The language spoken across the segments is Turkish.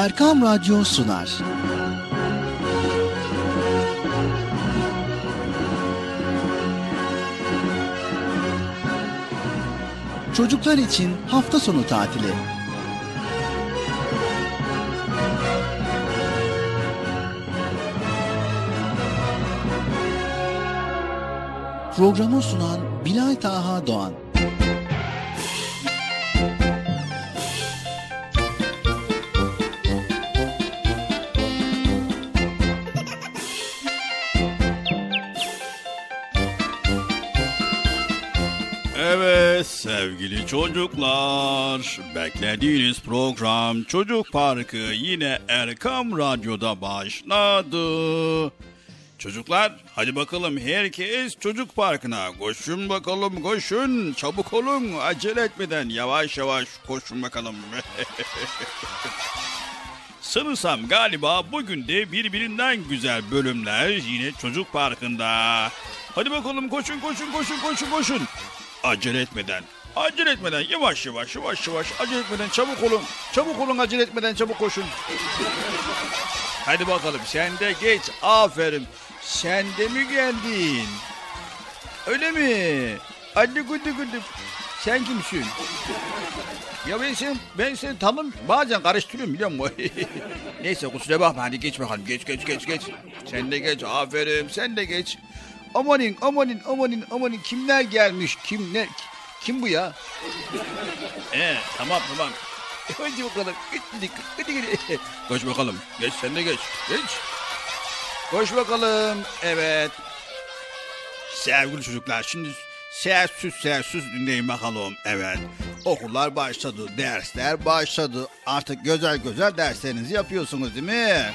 Erkam Radyo sunar. Çocuklar için hafta sonu tatili. Programı sunan Bilal Taha Doğan. Evet sevgili çocuklar, beklediğiniz program Çocuk Parkı yine Erkam Radyo'da başladı. Çocuklar hadi bakalım herkes Çocuk Parkı'na koşun bakalım, koşun, çabuk olun, acele etmeden yavaş yavaş koşun bakalım. Sanırsam galiba bugün de birbirinden güzel bölümler yine Çocuk Parkı'nda. Hadi bakalım koşun koşun koşun koşun koşun. Acele etmeden yavaş yavaş acele etmeden çabuk olun acele etmeden çabuk koşun. Hadi bakalım sen de geç, aferin. Sen de mi geldin? Öyle mi? Hadi güldü. Sen kimsin? Ya ben seni bazen karıştırıyorum biliyor musun? Neyse kusura bakma, hadi geç bakalım, geç. Sen de geç, aferin, sen de geç. Amanın kimler gelmiş, kim bu ya? Tamam. Hadi bakalım, hadi. Koş bakalım, geç sen de geç. Koş bakalım, evet. Sevgili çocuklar, şimdi sessiz dinleyin bakalım, evet. Okullar başladı, dersler başladı. Artık güzel derslerinizi yapıyorsunuz değil mi? Evet.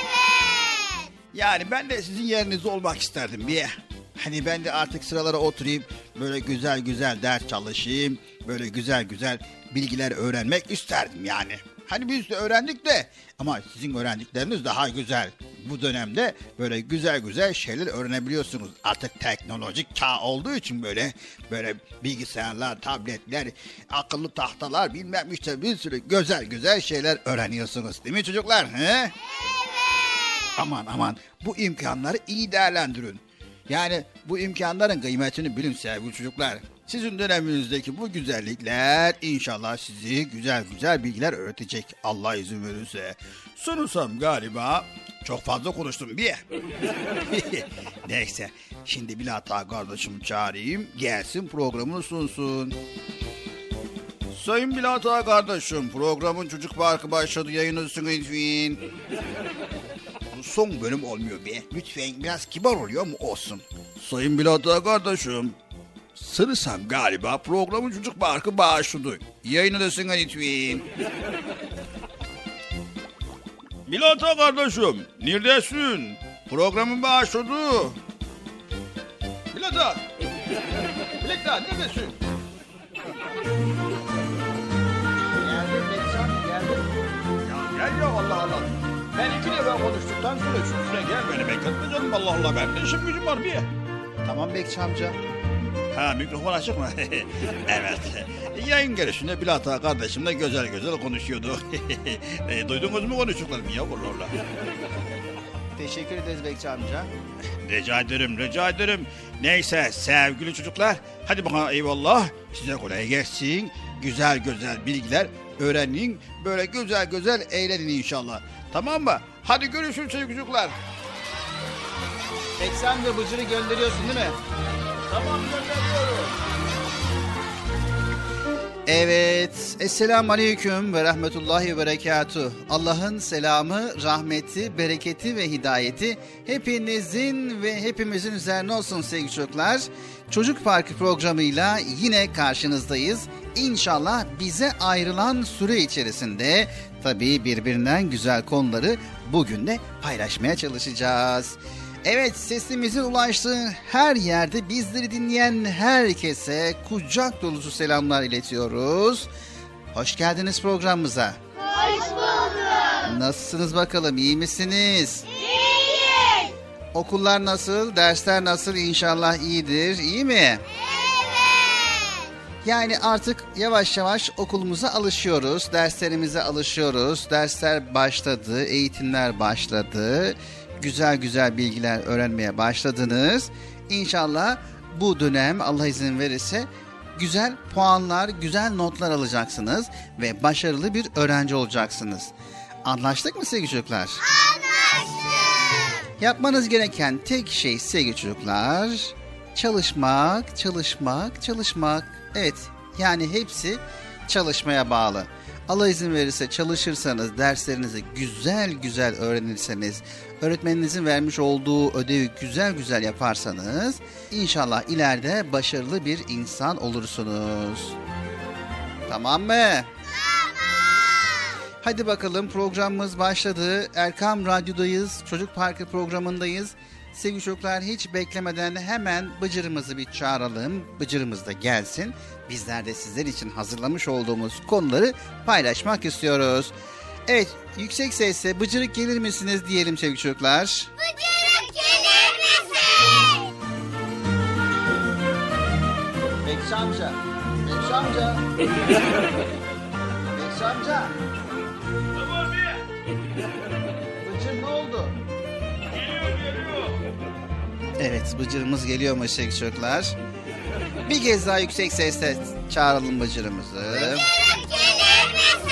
Yani ben de sizin yerinizde olmak isterdim bir. Hani ben de artık sıralara oturayım, böyle güzel ders çalışayım, böyle güzel bilgiler öğrenmek isterdim yani. Hani biz de öğrendik de ama sizin öğrendikleriniz daha güzel. Bu dönemde böyle güzel şeyler öğrenebiliyorsunuz. Artık teknolojik çağ olduğu için böyle bilgisayarlar, tabletler, akıllı tahtalar bilmem işte bir sürü güzel şeyler öğreniyorsunuz değil mi çocuklar? He? Evet. Aman bu imkanları iyi değerlendirin. Yani bu imkanların kıymetini bilin sevgili çocuklar. Sizin döneminizdeki bu güzellikler inşallah sizi güzel bilgiler öğretecek, Allah izin verirse. Sunursam galiba çok fazla konuştum bir. Neyse şimdi Bilal Taha kardeşimi çağırayım, gelsin programını sunsun. Sayın Bilal Taha kardeşim, programın Çocuk Parkı başladı, yayınlısın lütfen. Son bölüm olmuyor be. Lütfen biraz kibar oluyor mu? Olsun. Sayın Bilal Taha kardeşim, sanırsam galiba programın Çocuk Parkı başladı. Yayınlısın lütfen. Bilal Taha kardeşim, neredesin? Programın başladı. Bilal Taha neredesin? Geldim. Ya gel ya Allah. Ben 2 defa konuştuktan sonra üstüne gel, beni bekletme canım, Allah ben de işim gücüm var bir. Tamam Bekçi amca. Ha, mikrofon açık mı? Evet. Yayın gelişinde Bilal Taha kardeşimle güzel konuşuyordu. Duydunuz mu konuştuklarımı ya buralarla? Teşekkür ederiz Bekçi amca. Rica ederim. Neyse sevgili çocuklar, hadi bana eyvallah. Size kolay gelsin. Güzel bilgiler öğrenin. Böyle güzel eğlenin inşallah. Tamam mı? Hadi görüşürüz sevgili çocuklar. Bekçi amca Bıcır'ı gönderiyorsun değil mi? Tamam, gönderiyorum. Evet. Esselamu Aleyküm ve Rahmetullahi ve Berekatuhu. Allah'ın selamı, rahmeti, bereketi ve hidayeti hepinizin ve hepimizin üzerine olsun sevgili çocuklar. Çocuk Parkı programıyla yine karşınızdayız. İnşallah bize ayrılan süre içerisinde tabii birbirinden güzel konuları bugün de paylaşmaya çalışacağız. Evet, sesimizin ulaştığı her yerde bizleri dinleyen herkese kucak dolusu selamlar iletiyoruz. Hoş geldiniz programımıza. Hoş bulduk. Nasılsınız bakalım, iyi misiniz? İyiyiz. Okullar nasıl, dersler nasıl? İnşallah iyidir, iyi mi? Evet. Yani artık yavaş yavaş okulumuza alışıyoruz, derslerimize alışıyoruz. Dersler başladı, eğitimler başladı. Güzel güzel bilgiler öğrenmeye başladınız. İnşallah bu dönem Allah izin verirse güzel puanlar, güzel notlar alacaksınız ve başarılı bir öğrenci olacaksınız. Anlaştık mı sevgili çocuklar? Anlaştık. Yapmanız gereken tek şey sevgili çocuklar, çalışmak, çalışmak, çalışmak. Evet, yani hepsi çalışmaya bağlı. Allah izin verirse çalışırsanız, derslerinizi güzel güzel öğrenirseniz, öğretmeninizin vermiş olduğu ödevi güzel güzel yaparsanız, İnşallah ileride başarılı bir insan olursunuz. Tamam mı? Tamam. Hadi bakalım, programımız başladı. Erkam Radyo'dayız, Çocuk Parkı programındayız. Sevgili çocuklar, hiç beklemeden hemen Bıcır'ımızı bir çağıralım. Bıcır'ımız da gelsin. Bizler de sizler için hazırlamış olduğumuz konuları paylaşmak istiyoruz. Evet, yüksek sesle Bıcırık gelir misiniz diyelim sevgili çocuklar. Bıcırık gelir misin? Bekçi amca. Bekçi amca. Bekçi amca. Bıcır ne oldu? Geliyor. Evet, Bıcır'ımız geliyormuş sevgili çocuklar. Bir kez daha yüksek sesle çağıralım Bıcır'ımızı. Bıcırık gelir misin?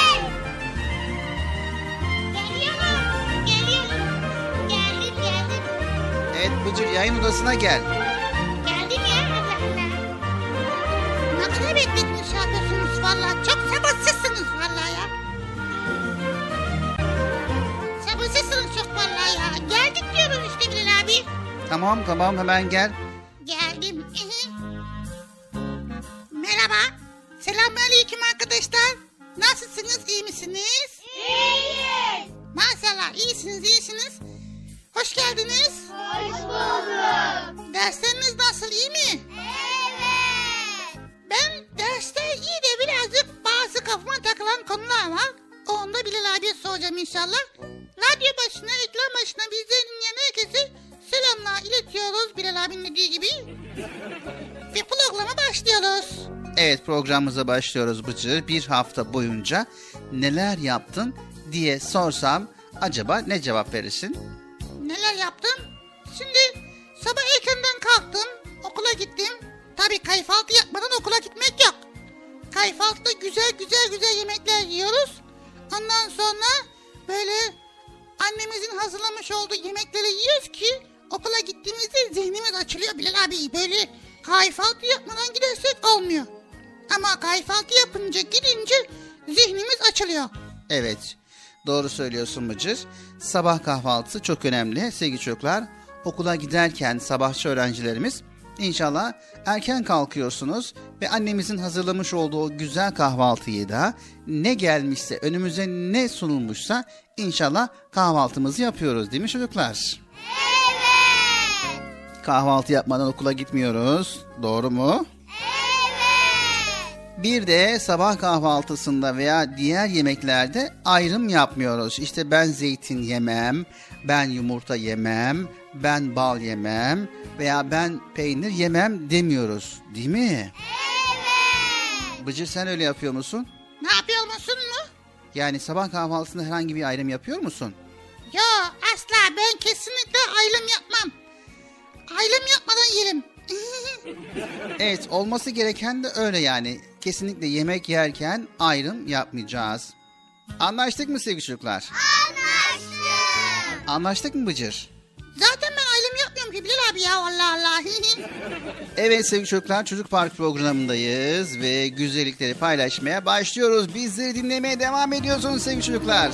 Geliyorum. Geldim. Evet Bıcır, yayın odasına gel. Geldim ya, Allah Allah. Ne kadar bekletmiş yapıyorsunuz valla. Çok sabırsızsınız valla ya. Sabırsızsınız çok valla ya. Geldik diyorum işte Bilal abi. Tamam, hemen gel. Geldim. Merhaba. Selamünaleyküm arkadaşlar. Nasılsınız, iyi misiniz? İyiyiz. Maşallah, iyisiniz. Hoş geldiniz. Hoş bulduk. Dersleriniz nasıl, iyi mi? Evet. Ben derste iyi de birazcık bazı kafama takılan konular var. Onu da Bilal abiye soracağım inşallah. Radyo başına, ekran başına bizleri dinleyen herkese selamlar iletiyoruz Bilal abinin dediği gibi. Ve programa başlıyoruz. Evet, programımıza başlıyoruz Bıcır. Bir hafta boyunca neler yaptın diye sorsam acaba ne cevap verirsin? Neler yaptım? Şimdi sabah erkenden kalktım, okula gittim. Tabii kahvaltı yapmadan okula gitmek yok. Kahvaltıda güzel yemekler yiyoruz. Ondan sonra böyle annemizin hazırlamış olduğu yemekleri yiyoruz ki okula gittiğimizde zihnimiz açılıyor Bilal abi. Böyle kahvaltı yapmadan gidersek olmuyor. Ama kahvaltı yapınca, gidince zihnimiz açılıyor. Evet, doğru söylüyorsun Bıcır. Sabah kahvaltısı çok önemli sevgili çocuklar. Okula giderken sabahçı öğrencilerimiz inşallah erken kalkıyorsunuz ve annemizin hazırlamış olduğu o güzel kahvaltıyı da ne gelmişse, önümüze ne sunulmuşsa inşallah kahvaltımızı yapıyoruz değil mi çocuklar? Evet. Kahvaltı yapmadan okula gitmiyoruz. Doğru mu? Bir de sabah kahvaltısında veya diğer yemeklerde ayrım yapmıyoruz. İşte ben zeytin yemem, ben yumurta yemem, ben bal yemem veya ben peynir yemem demiyoruz. Değil mi? Evet. Bıcır, sen öyle yapıyor musun? Ne yapıyor musun mu? Yani sabah kahvaltısında herhangi bir ayrım yapıyor musun? Yo, asla, ben kesinlikle ayrım yapmam. Ayrım yapmadan yerim. Evet, olması gereken de öyle yani. Kesinlikle yemek yerken ayrım yapmayacağız. Anlaştık mı sevgili çocuklar? Anlaştık. Anlaştık mı Bıcır? Zaten ben ayrım yapmıyorum ki Bilal abi ya, Allah Allah. Evet sevgili çocuklar, Çocuk Park programındayız ve güzellikleri paylaşmaya başlıyoruz. Bizleri dinlemeye devam ediyorsunuz sevgili çocuklar.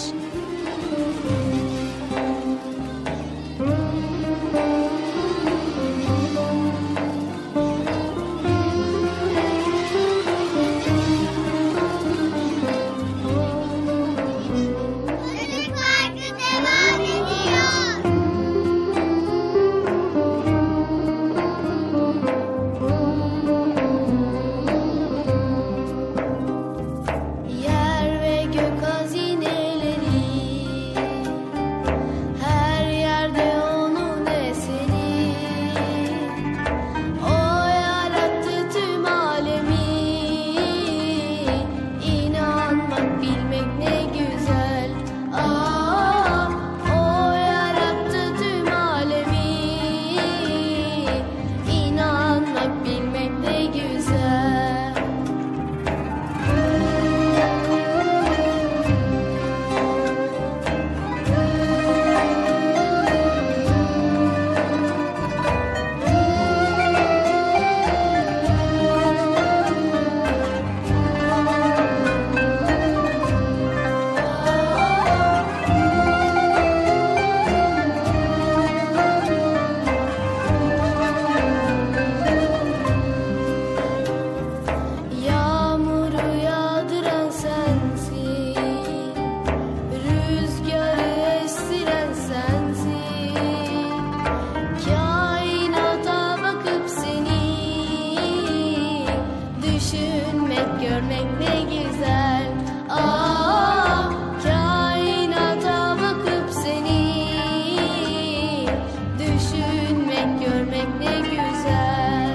Çocuk Parkı devam ediyor. Yer ve gök hazineleri sensin. Kainata bakıp seni düşünmek, görmek ne güzel. Ah, kainata bakıp seni düşünmek, görmek ne güzel.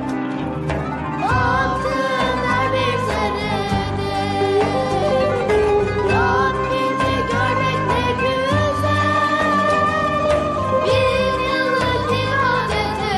Baktım her bir zerrede Rabbimi görmek ne güzel. Bin yıllık ibadete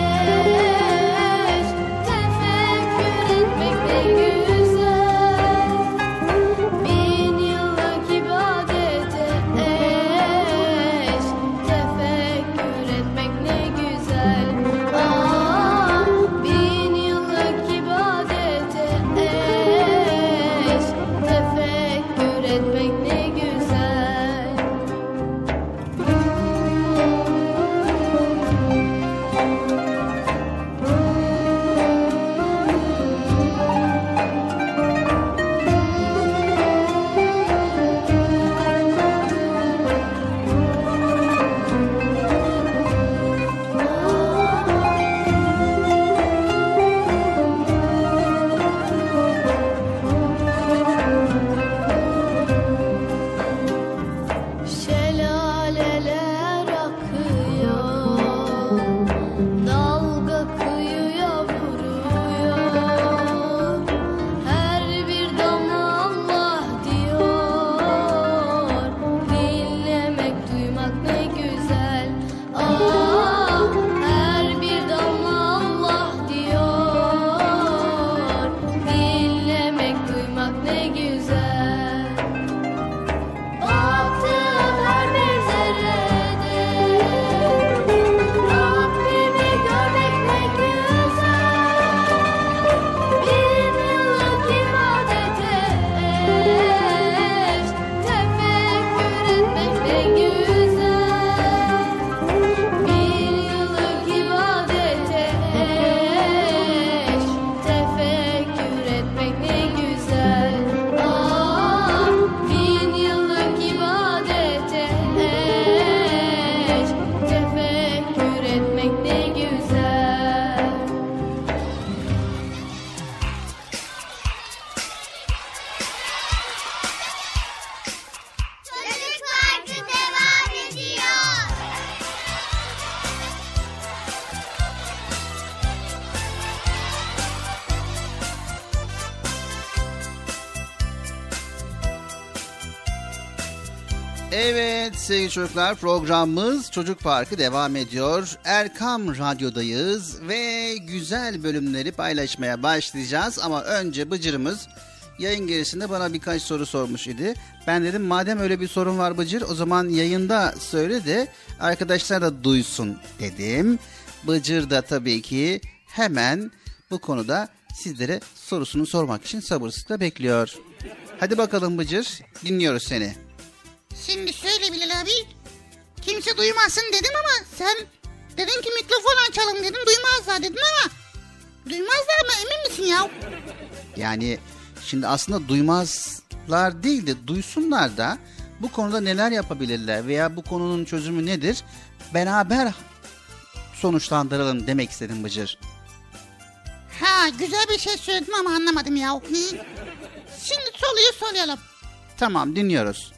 eş, tefekkür etmek ne güzel. Bin yıllık ibadete eş, tefekkür etmek ne güzel. Ah, bin yıllık ibadete eş, tefekkür etmek ne güzel. Şelaleler akıyor, dalga kıyıya vuruyor. Her bir damla Allah diyor, dinlemek, duymak ne güzel. Ah, her bir damla Allah diyor, dinlemek, duymak ne güzel. Baktım her bir zerrede Rabbimi görmek ne güzel. Bin yıllık ibadete eş, tefekkür etmek ne güzel. Bin yıllık ibadete eş, tefekkür etmek ne güzel. Ah, bin yıllık ibadete eş, tefekkür etmek ne güzel. Çocuk Parkı devam ediyor. Evet sevgili çocuklar, programımız Çocuk Parkı devam ediyor. Erkam Radyo'dayız ve güzel bölümleri paylaşmaya başlayacağız. Ama önce Bıcır'ımız yayın gerisinde bana birkaç soru sormuş idi. Ben dedim madem öyle bir sorun var Bıcır, o zaman yayında söyle de arkadaşlar da duysun dedim. Bıcır da tabii ki hemen bu konuda sizlere sorusunu sormak için sabırsızlıkla bekliyor. Hadi bakalım Bıcır, dinliyoruz seni. Şimdi söyle Bilal abi. Kimse duymasın dedim ama sen dedin ki mikrofon açalım dedim. Duymazlar dedin ama duymazlar mı, emin misin ya? Yani şimdi aslında duymazlar değil de duysunlar da bu konuda neler yapabilirler veya bu konunun çözümü nedir? Beraber sonuçlandıralım demek istedim Bıcır. Ha, güzel bir şey söyledim ama anlamadım ya. Hı. Şimdi soruyu soralım. Tamam, dinliyoruz.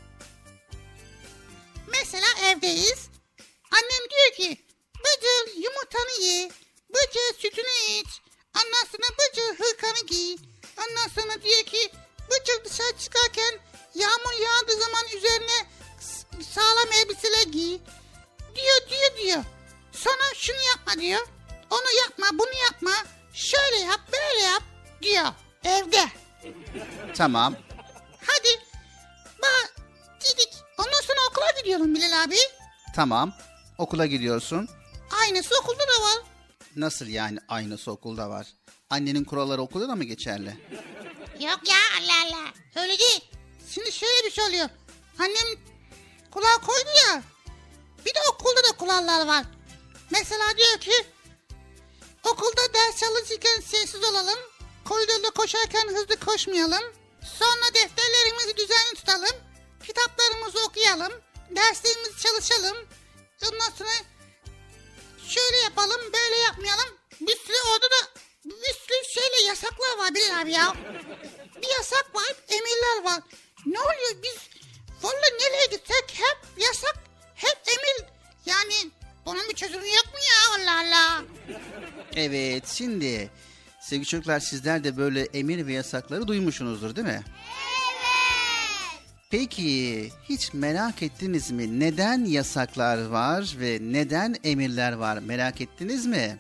Mesela evdeyiz. Annem diyor ki Bıcır yumurtanı ye. Bıcır sütünü iç. Ondan sonra Bıcır hırkanı giy. Ondan sonra diyor ki Bıcır dışarı çıkarken yağmur yağdığı zaman üzerine sağlam elbiseler giy. Diyor. Sonra şunu yapma diyor. Onu yapma, bunu yapma. Şöyle yap, böyle yap diyor. Evde. Tamam. Hadi. Bak dedik. Ondan sonra okula gidiyorum Bilal abi. Tamam. Okula gidiyorsun. Aynısı okulda da var. Nasıl yani aynısı okulda var? Annenin kuralları okulda da mı geçerli? Yok ya, Allah Allah. Öyle değil. Şimdi şöyle bir şey oluyor. Annem kulağı koydu ya. Bir de okulda da kurallar var. Mesela diyor ki okulda ders çalışırken sessiz olalım. Koridorda koşarken hızlı koşmayalım. Sonra defterlerimizi düzenli tutalım. Kitaplarımızı okuyalım. derslerimizi çalışalım. Ondan sonra şöyle yapalım, böyle yapmayalım. Bir sürü orada da bir sürü şeyle yasaklar var Bilal abi ya. Bir yasak var, emirler var. Ne oluyor biz vallahi nereye gitsek hep yasak, hep emir. Yani bunun bir çözümü yok mu ya, Allah Allah. Evet, şimdi sevgili çocuklar, sizler de böyle emir ve yasakları duymuşsunuzdur değil mi? Evet. Peki hiç merak ettiniz mi? Neden yasaklar var ve neden emirler var? Merak ettiniz mi?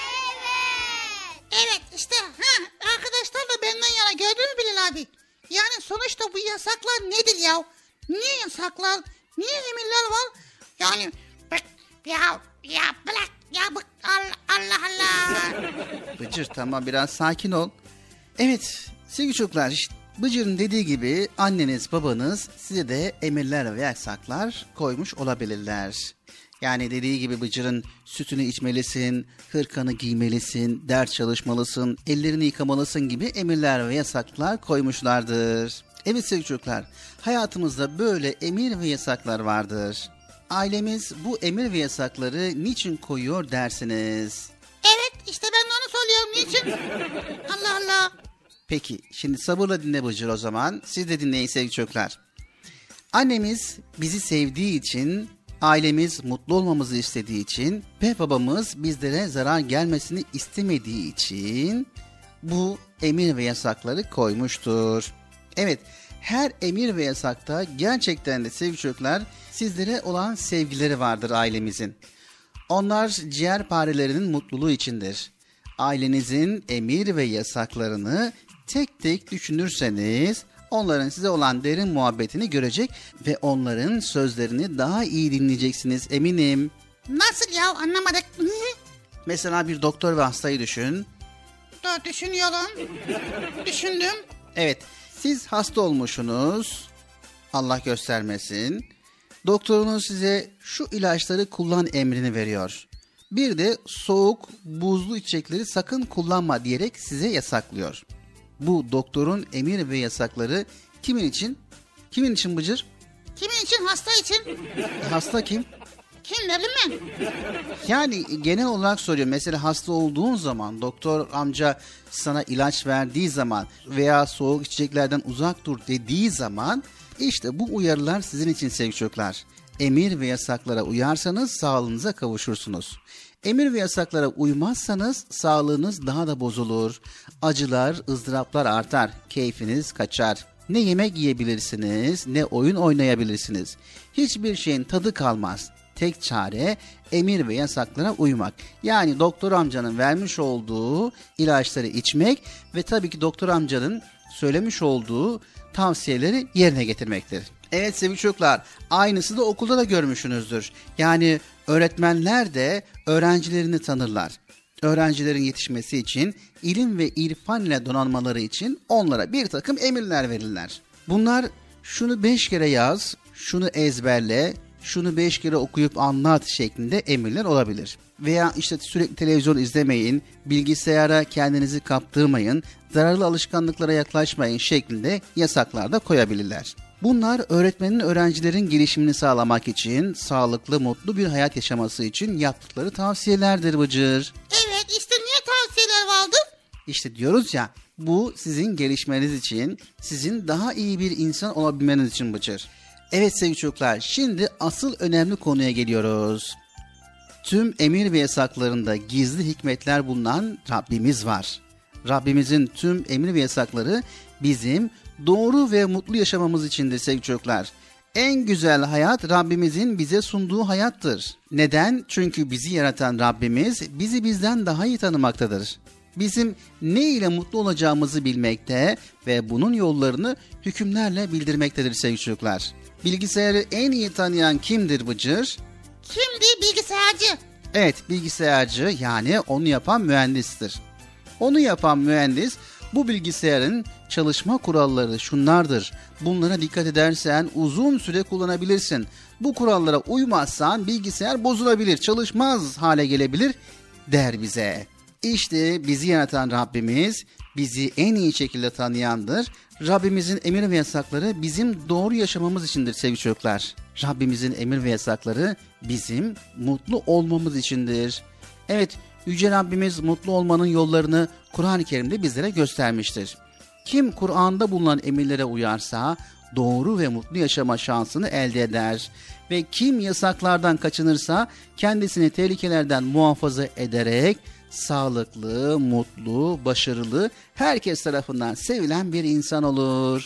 Evet işte arkadaşlar da benden yana, gördün mü Bilal abi? Yani sonuçta bu yasaklar nedir ya? Niye yasaklar? Niye emirler var? Yani bırak ya bırak ya bık Allah Allah. Bıcır, tamam, biraz sakin ol. Evet sevgili çocuklar, işte Bıcır'ın dediği gibi anneniz babanız size de emirler ve yasaklar koymuş olabilirler. Yani dediği gibi Bıcır'ın sütünü içmelisin, hırkanı giymelisin, ders çalışmalısın, ellerini yıkamalısın gibi emirler ve yasaklar koymuşlardır. Evet sevgili çocuklar, hayatımızda böyle emir ve yasaklar vardır. Ailemiz bu emir ve yasakları niçin koyuyor dersiniz? Evet işte ben de onu soruyorum, niçin? Allah Allah. Peki şimdi sabırla dinle Bıcır o zaman. Siz de dinleyin sevgili çocuklar. Annemiz bizi sevdiği için, ailemiz mutlu olmamızı istediği için ve babamız bizlere zarar gelmesini istemediği için bu emir ve yasakları koymuştur. Evet, her emir ve yasakta gerçekten de sevgili çocuklar sizlere olan sevgileri vardır ailemizin. Onlar ciğerparelerinin mutluluğu içindir. Ailenizin emir ve yasaklarını tek tek düşünürseniz onların size olan derin muhabbetini görecek ve onların sözlerini daha iyi dinleyeceksiniz eminim. Nasıl ya, anlamadık. Mesela bir doktor ve hastayı düşün. Dur düşünüyorum. Düşündüm. Evet, siz hasta olmuşsunuz. Allah göstermesin. Doktorunuz size şu ilaçları kullan emrini veriyor. Bir de soğuk, buzlu içecekleri sakın kullanma diyerek size yasaklıyor. Bu doktorun emir ve yasakları kimin için? Kimin için Bıcır? Kimin için? Hasta için. Hasta kim? Kim dedim mi? Yani genel olarak soruyorum. Mesela hasta olduğun zaman doktor amca sana ilaç verdiği zaman veya soğuk içeceklerden uzak dur dediği zaman işte bu uyarılar sizin için sevgili çocuklar. Emir ve yasaklara uyarsanız sağlığınıza kavuşursunuz. Emir ve yasaklara uymazsanız sağlığınız daha da bozulur. Acılar, ızdıraplar artar, keyfiniz kaçar. Ne yemek yiyebilirsiniz, ne oyun oynayabilirsiniz. Hiçbir şeyin tadı kalmaz. Tek çare emir ve yasaklara uymak. Yani doktor amcanın vermiş olduğu ilaçları içmek ve tabii ki doktor amcanın söylemiş olduğu tavsiyeleri yerine getirmektir. Evet sevgili çocuklar, aynısı da okulda da görmüşsünüzdür. Yani öğretmenler de öğrencilerini tanırlar. Öğrencilerin yetişmesi için, ilim ve irfan ile donanmaları için onlara bir takım emirler verirler. Bunlar şunu 5 kere yaz, şunu ezberle, şunu 5 kere okuyup anlat şeklinde emirler olabilir. Veya işte sürekli televizyon izlemeyin, bilgisayara kendinizi kaptırmayın, zararlı alışkanlıklara yaklaşmayın şeklinde yasaklar da koyabilirler. Bunlar öğretmenin öğrencilerin gelişimini sağlamak için, sağlıklı, mutlu bir hayat yaşaması için yaptıkları tavsiyelerdir Bıcır. Evet işte niye tavsiyeler vardır? İşte diyoruz ya, bu sizin gelişmeniz için, sizin daha iyi bir insan olabilmeniz için Bıcır. Evet sevgili çocuklar, şimdi asıl önemli konuya geliyoruz. Tüm emir ve yasaklarında gizli hikmetler bulunan Rabbimiz var. Rabbimizin tüm emir ve yasakları bizim doğru ve mutlu yaşamamız içindir sevgili çocuklar. En güzel hayat Rabbimizin bize sunduğu hayattır. Neden? Çünkü bizi yaratan Rabbimiz bizi bizden daha iyi tanımaktadır. Bizim ne ile mutlu olacağımızı bilmekte ve bunun yollarını hükümlerle bildirmektedir sevgili çocuklar. Bilgisayarı en iyi tanıyan kimdir Bıcır? Kimdi? Bilgisayarcı. Evet, bilgisayarcı, yani onu yapan mühendistir. Onu yapan mühendis bu bilgisayarın çalışma kuralları şunlardır. Bunlara dikkat edersen uzun süre kullanabilirsin. Bu kurallara uymazsan bilgisayar bozulabilir, çalışmaz hale gelebilir der bize. İşte bizi yaratan Rabbimiz bizi en iyi şekilde tanıyandır. Rabbimizin emir ve yasakları bizim doğru yaşamamız içindir sevgili çocuklar. Rabbimizin emir ve yasakları bizim mutlu olmamız içindir. Evet, Yüce Rabbimiz mutlu olmanın yollarını Kur'an-ı Kerim'de bizlere göstermiştir. Kim Kur'an'da bulunan emirlere uyarsa doğru ve mutlu yaşama şansını elde eder. Ve kim yasaklardan kaçınırsa kendisini tehlikelerden muhafaza ederek sağlıklı, mutlu, başarılı, herkes tarafından sevilen bir insan olur.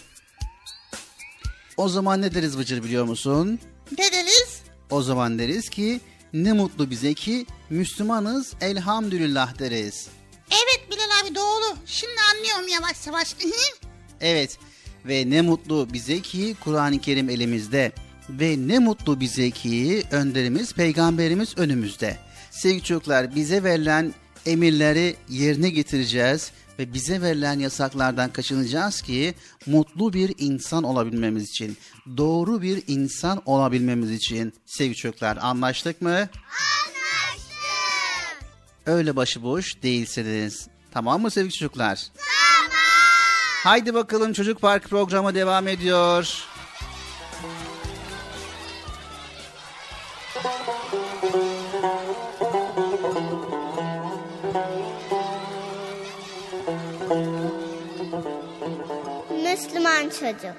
O zaman ne deriz Bıcır biliyor musun? Ne deriz? O zaman deriz ki ne mutlu bize ki Müslümanız elhamdülillah deriz. Evet Bilal abi doğru. Şimdi anlıyorum yavaş yavaş. Evet ve ne mutlu bize ki Kur'an-ı Kerim elimizde ve ne mutlu bize ki önderimiz peygamberimiz önümüzde. Sevgili çocuklar, bize verilen emirleri yerine getireceğiz ve bize verilen yasaklardan kaçınacağız ki mutlu bir insan olabilmemiz için, doğru bir insan olabilmemiz için. Sevgili çocuklar, anlaştık mı? Anlaştık. Öyle başıboş değilsiniz. Tamam mı sevgili çocuklar? Tamam. Haydi bakalım, Çocuk Park programı devam ediyor. Müslüman çocuk.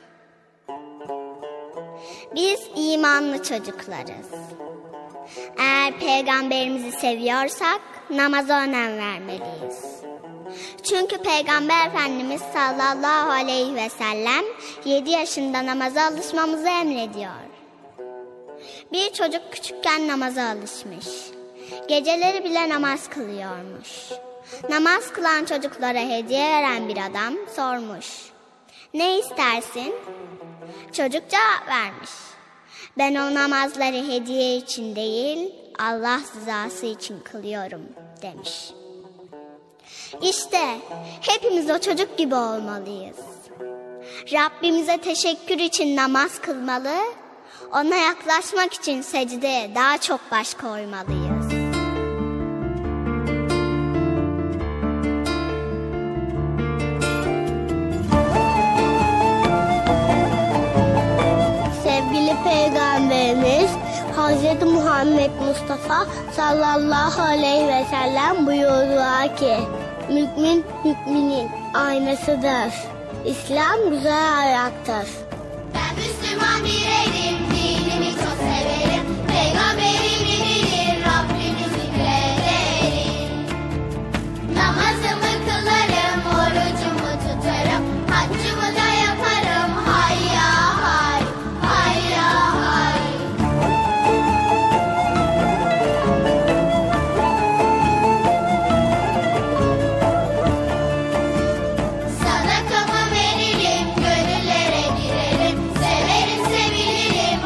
Biz imanlı çocuklarız. Eğer peygamberimizi seviyorsak namaza önem vermeliyiz. Çünkü Peygamber Efendimiz sallallahu aleyhi ve sellem 7 yaşında namaza alışmamızı emrediyor. Bir çocuk küçükken namaza alışmış. Geceleri bile namaz kılıyormuş. Namaz kılan çocuklara hediye veren bir adam sormuş. Ne istersin? Çocuk cevap vermiş. Ben o namazları hediye için değil, Allah rızası için kılıyorum demiş. İşte hepimiz o çocuk gibi olmalıyız. Rabbimize teşekkür için namaz kılmalı, ona yaklaşmak için secdeye daha çok baş koymalıyız. Sevgili Peygamberimiz Hz. Muhammed Mustafa sallallahu aleyhi ve sellem buyurdular ki mümin müminin aynasıdır. İslam güzel ayaktır. Ben Müslüman bireyim, dinimi çok severim. Peygamberimi bilir, Rabbimi zikrederim. Namazımı kılarım, orucumu tutarım. Haccımı da yaparım, hayya hay, hayya hay. Sadakamı veririm, gönüllere girerim. Severim, sevilirim,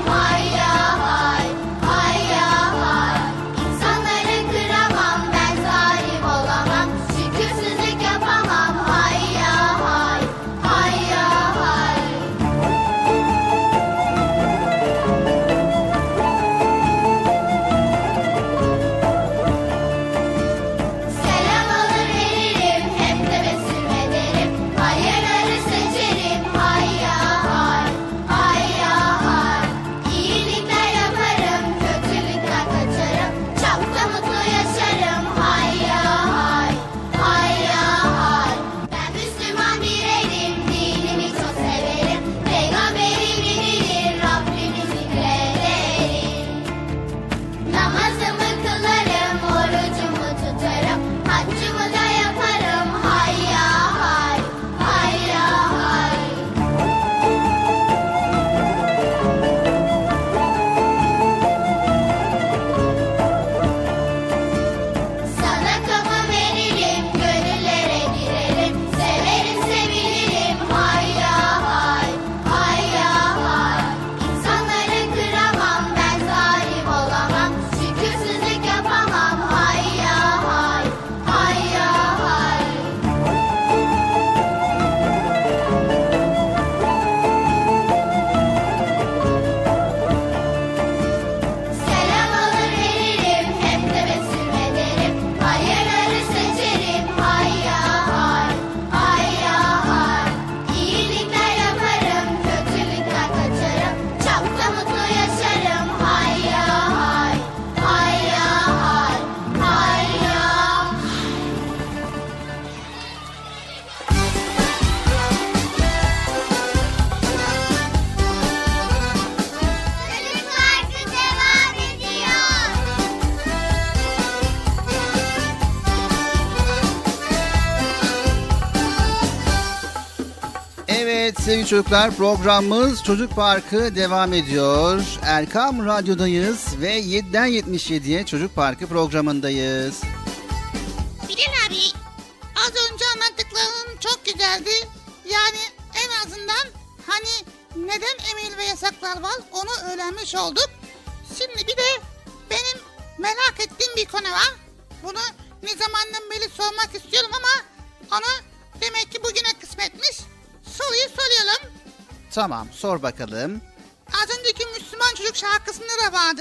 sevgili çocuklar, programımız Çocuk Parkı devam ediyor. Erkam Radyo'dayız ve 7'den 77'ye Çocuk Parkı programındayız. Bilal abi, az önce anlattıkların çok güzeldi. Yani en azından hani neden emir ve yasaklar var onu öğrenmiş olduk. Şimdi bir de benim merak ettiğim bir konu var. Bunu ne zamandan beri sormak istiyorum ama onu demek ki bugüne kısmetmiş. Soruyu soruyorum. Tamam, sor bakalım. Az önceki Müslüman Çocuk şarkısında da vardı.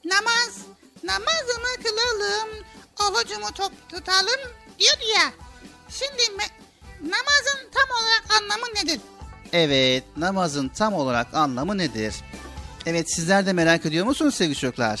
Namazımı kılalım, orucumu tutalım diyordu ya. Şimdi namazın tam olarak anlamı nedir? Evet, namazın tam olarak anlamı nedir? Evet, sizler de merak ediyor musunuz sevgili çocuklar?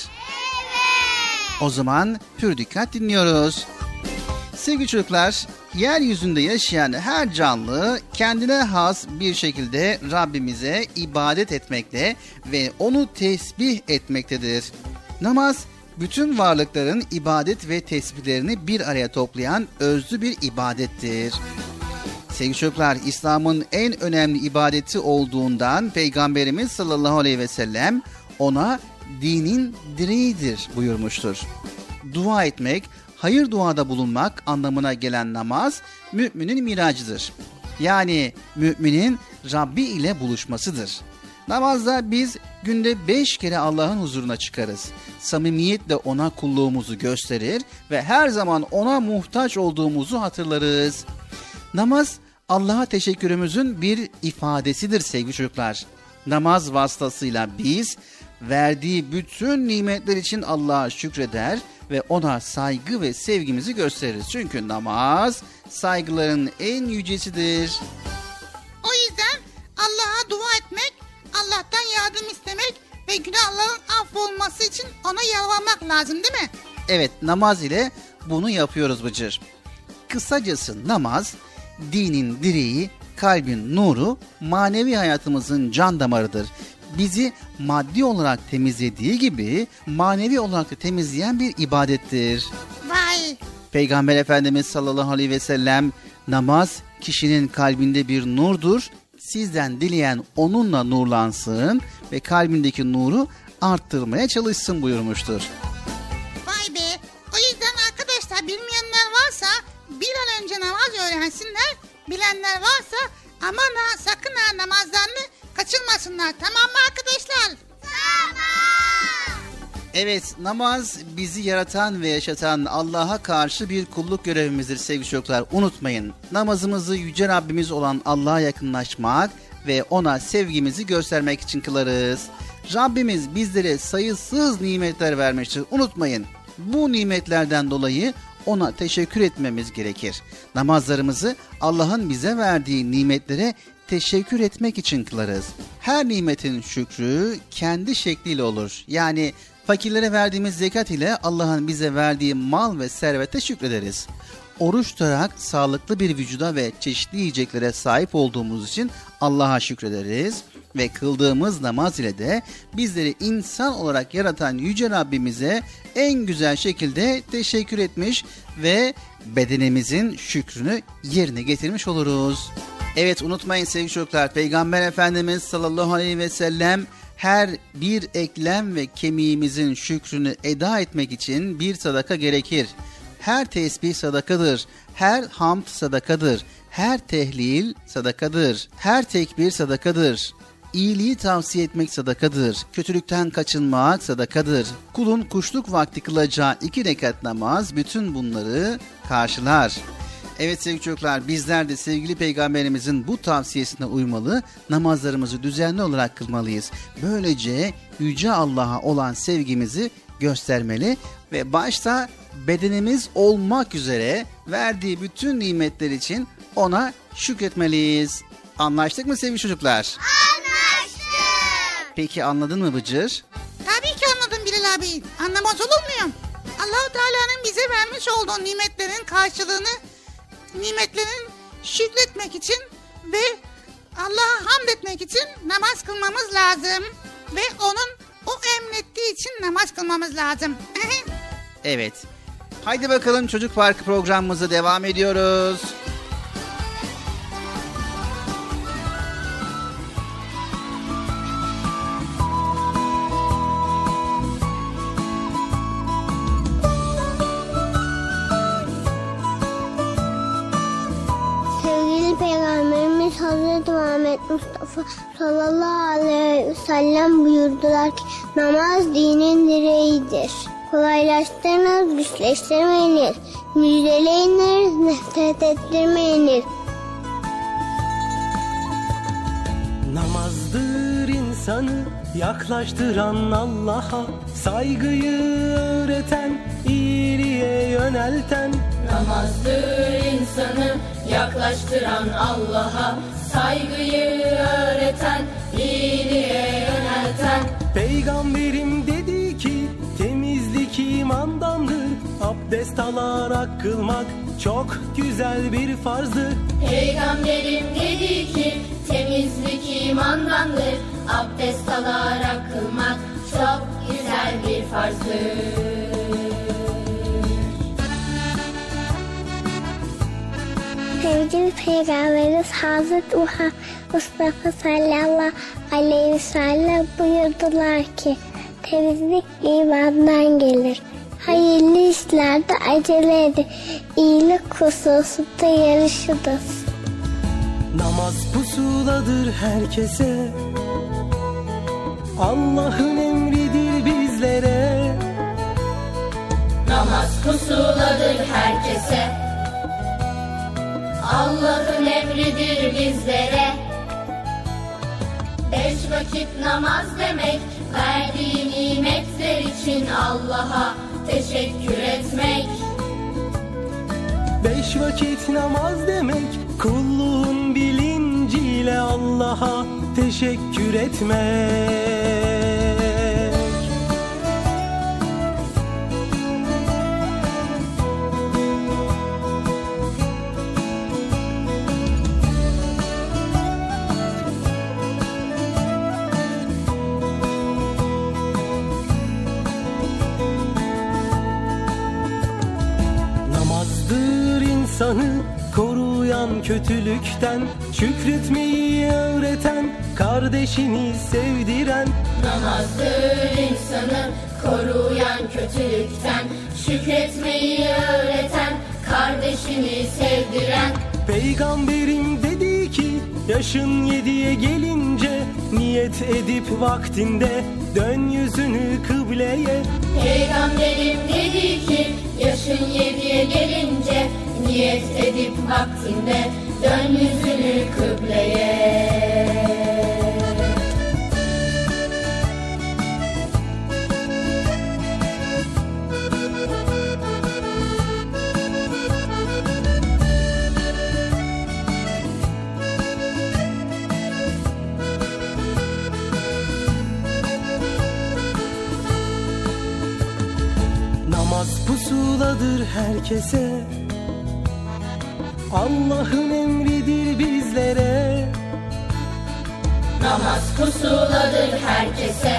Evet. O zaman pür dikkat dinliyoruz. Sevgili çocuklar, yeryüzünde yaşayan her canlı kendine has bir şekilde Rabbimize ibadet etmekte ve onu tesbih etmektedir. Namaz, bütün varlıkların ibadet ve tesbihlerini bir araya toplayan özlü bir ibadettir. Sevgili çocuklar, İslam'ın en önemli ibadeti olduğundan Peygamberimiz sallallahu aleyhi ve sellem ona dinin direğidir buyurmuştur. Dua etmek, hayır duada bulunmak anlamına gelen namaz, müminin miracıdır. Yani müminin Rabbi ile buluşmasıdır. Namazda biz günde 5 kere Allah'ın huzuruna çıkarız. Samimiyetle ona kulluğumuzu gösterir ve her zaman ona muhtaç olduğumuzu hatırlarız. Namaz, Allah'a teşekkürümüzün bir ifadesidir sevgili çocuklar. Namaz vasıtasıyla biz verdiği bütün nimetler için Allah'a şükreder ve ona saygı ve sevgimizi gösteririz. Çünkü namaz saygıların en yücesidir. O yüzden Allah'a dua etmek, Allah'tan yardım istemek ve günahların affolması için ona yalvarmak lazım değil mi? Evet, namaz ile bunu yapıyoruz Bıcır. Kısacası namaz, dinin direği, kalbin nuru, manevi hayatımızın can damarıdır. Bizi maddi olarak temizlediği gibi manevi olarak da temizleyen bir ibadettir. Vay! Peygamber Efendimiz sallallahu aleyhi ve sellem, namaz kişinin kalbinde bir nurdur. Sizden dileyen onunla nurlansın ve kalbindeki nuru arttırmaya çalışsın buyurmuştur. Vay be! O yüzden arkadaşlar, bilmeyenler varsa bir an önce namaz öğrensinler. Bilenler varsa aman ha, sakın ha, namazlarını kaçırmasınlar. Tamam mı arkadaşlar? Tamam! Evet, namaz bizi yaratan ve yaşatan Allah'a karşı bir kulluk görevimizdir sevgili çocuklar. Unutmayın, namazımızı Yüce Rabbimiz olan Allah'a yakınlaşmak ve ona sevgimizi göstermek için kılarız. Rabbimiz bizlere sayısız nimetler vermiştir. Unutmayın, bu nimetlerden dolayı ona teşekkür etmemiz gerekir. Namazlarımızı Allah'ın bize verdiği nimetlere teşekkür etmek için kılarız. Her nimetin şükrü kendi şekliyle olur. Yani fakirlere verdiğimiz zekat ile Allah'ın bize verdiği mal ve servete şükrederiz. Oruç tutarak sağlıklı bir vücuda ve çeşitli yiyeceklere sahip olduğumuz için Allah'a şükrederiz. Ve kıldığımız namaz ile de bizleri insan olarak yaratan Yüce Rabbimize en güzel şekilde teşekkür etmiş ve bedenimizin şükrünü yerine getirmiş oluruz. Evet, unutmayın sevgili çocuklar, Peygamber Efendimiz sallallahu aleyhi ve sellem her bir eklem ve kemiğimizin şükrünü eda etmek için bir sadaka gerekir. Her tesbih sadakadır, her hamd sadakadır, her tehlil sadakadır, her tekbir sadakadır. İyiliği tavsiye etmek sadakadır. Kötülükten kaçınmak sadakadır. Kulun kuşluk vakti kılacağı 2 rekat namaz bütün bunları karşılar. Evet sevgili çocuklar, bizler de sevgili Peygamberimizin bu tavsiyesine uymalı, namazlarımızı düzenli olarak kılmalıyız. Böylece Yüce Allah'a olan sevgimizi göstermeli ve başta bedenimiz olmak üzere verdiği bütün nimetler için ona şükretmeliyiz. Anlaştık mı sevgili çocuklar? Anlaştık! Peki anladın mı Bıcır? Tabii ki anladım Bilal abi. Anlamaz olur muyum? Allah-u Teala'nın bize vermiş olduğu nimetlerin karşılığını, nimetlerin şükretmek için ve Allah'a hamd etmek için namaz kılmamız lazım. Ve onun o emrettiği için namaz kılmamız lazım. Evet. Haydi bakalım, Çocuk Parkı programımıza devam ediyoruz. Mustafa sallallahu aleyhi ve sellem buyurdular ki namaz dinin direğidir. Kolaylaştırınız, güçleştirmeyiniz. Müjdeleyiniz, nefret ettirmeyiniz. Namazdır insanı yaklaştıran Allah'a, saygıyı öğreten, iyiliğe yönelten. Namazdır insanı yaklaştıran Allah'a, saygıyı öğreten, iyiliğe yönelten. Peygamberim dedi ki temizlik imandandır, abdest alarak kılmak çok güzel bir farzdır. Peygamberim dedi ki temizlik imandandır, abdest alarak kılmak çok güzel bir farzdır. Sevgili Peygamberimiz Hazreti Mustafa sallallahu aleyhi ve sellem buyurdular ki temizlik imandan gelir. Hayırlı işlerde acele edin. İyilik hususunda yarışınız. Namaz pusuladır herkese, Allah'ın emridir bizlere. Namaz pusuladır herkese, Allah'ın emridir bizlere. 5 vakit namaz demek, verdiği nimetler için Allah'a teşekkür etmek. 5 vakit namaz demek, kulluğun bilinciyle Allah'a teşekkür etmek. İnsanı koruyan kötülükten, şükretmeyi öğreten, kardeşini sevdiren. Namazdır insanı koruyan kötülükten, şükretmeyi öğreten, kardeşini sevdiren. Peygamberim dedi ki yaşın 7'ye gelince niyet edip vaktinde dön yüzünü kıbleye. Peygamberim dedi ki yaşın 7'ye gelince niyet edip vaktinde dön yüzünü kıbleye. Namaz pusuladır herkese, Allah'ın emridir bizlere. Namaz pusuladır herkese,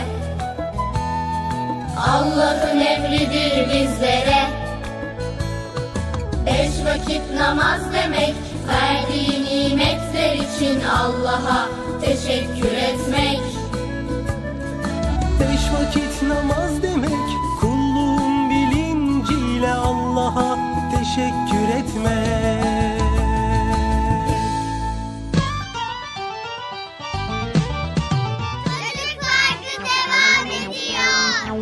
Allah'ın emridir bizlere. 5 vakit namaz demek, verdiği nimetler için Allah'a teşekkür etmek. 5 vakit namaz demek, kulluğun bilinciyle Allah'a teşekkür etmek. Çocuk Parkı devam ediyor.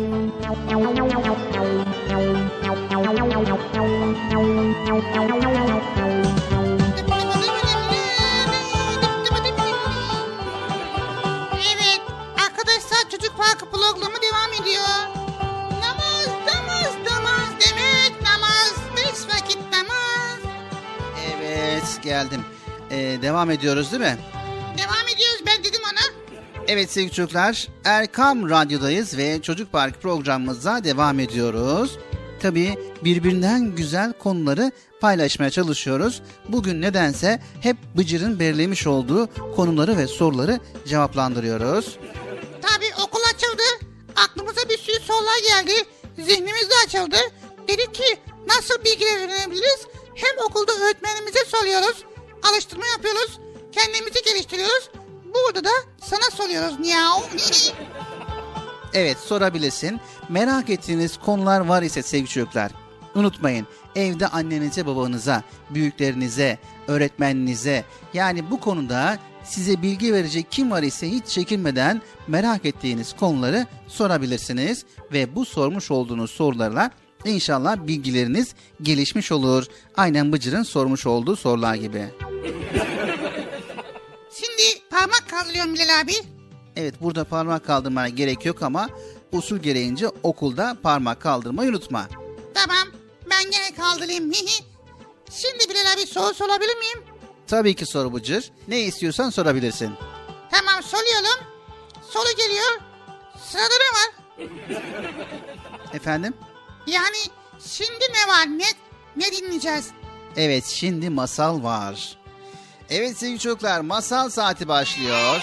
Evet arkadaşlar Çocuk Parkı programı devam ediyor. Namaz demek namaz. 5 vakit namaz. Evet geldim. Devam ediyoruz değil mi? Devam ediyoruz ben dedim ona. Evet sevgili çocuklar, Erkam Radyo'dayız ve Çocuk Park programımıza devam ediyoruz. Tabii birbirinden güzel konuları paylaşmaya çalışıyoruz. Bugün nedense hep Bıcır'ın belirlemiş olduğu konuları ve soruları cevaplandırıyoruz. Tabii okul açıldı. Aklımıza bir sürü sorular geldi. Zihnimiz de açıldı. Dedik ki nasıl bilgiler öğrenebiliriz? Hem okulda öğretmenimize soruyoruz. Alıştırma yapıyoruz. Kendimizi geliştiriyoruz. Burada da sana soruyoruz. Niyav. Evet sorabilirsin. Merak ettiğiniz konular var ise sevgili çocuklar, unutmayın evde annenize, babanıza, büyüklerinize, öğretmeninize, yani bu konuda size bilgi verecek kim var ise hiç çekinmeden merak ettiğiniz konuları sorabilirsiniz. Ve bu sormuş olduğunuz sorularla İnşallah bilgileriniz gelişmiş olur. Aynen Bıcır'ın sormuş olduğu sorular gibi. Şimdi parmak kaldırıyorum Bilal abi. Evet, burada parmak kaldırmana gerek yok ama usul gereğince okulda parmak kaldırmayı unutma. Tamam, ben gene kaldırayım. Şimdi Bilal abi soru sorabilir miyim? Tabii ki sor Bıcır. Ne istiyorsan sorabilirsin. Tamam, soruyorum. Soru geliyor. Sırada ne var? Efendim? Yani şimdi ne var? Ne dinleyeceğiz? Evet, şimdi masal var. Evet sevgili çocuklar, masal saati başlıyor.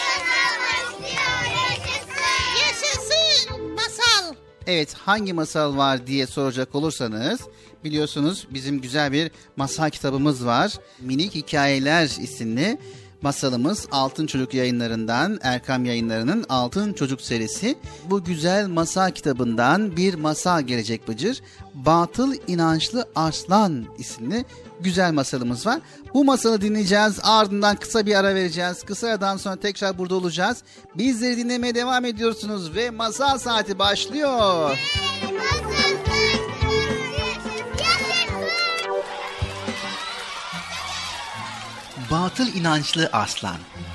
Yaşasın masal. Evet, hangi masal var diye soracak olursanız, biliyorsunuz bizim güzel bir masal kitabımız var. Minik Hikayeler isimli masalımız Altın Çocuk Yayınları'ndan, Erkam Yayınları'nın Altın Çocuk serisi. Bu güzel masal kitabından bir masal gelecek Bıcır. Batıl İnançlı Arslan isimli güzel masalımız var. Bu masalı dinleyeceğiz, ardından kısa bir ara vereceğiz. Kısa aradan sonra tekrar burada olacağız. Bizleri dinlemeye devam ediyorsunuz ve masal saati başlıyor. Batıl İnançlı Arslan.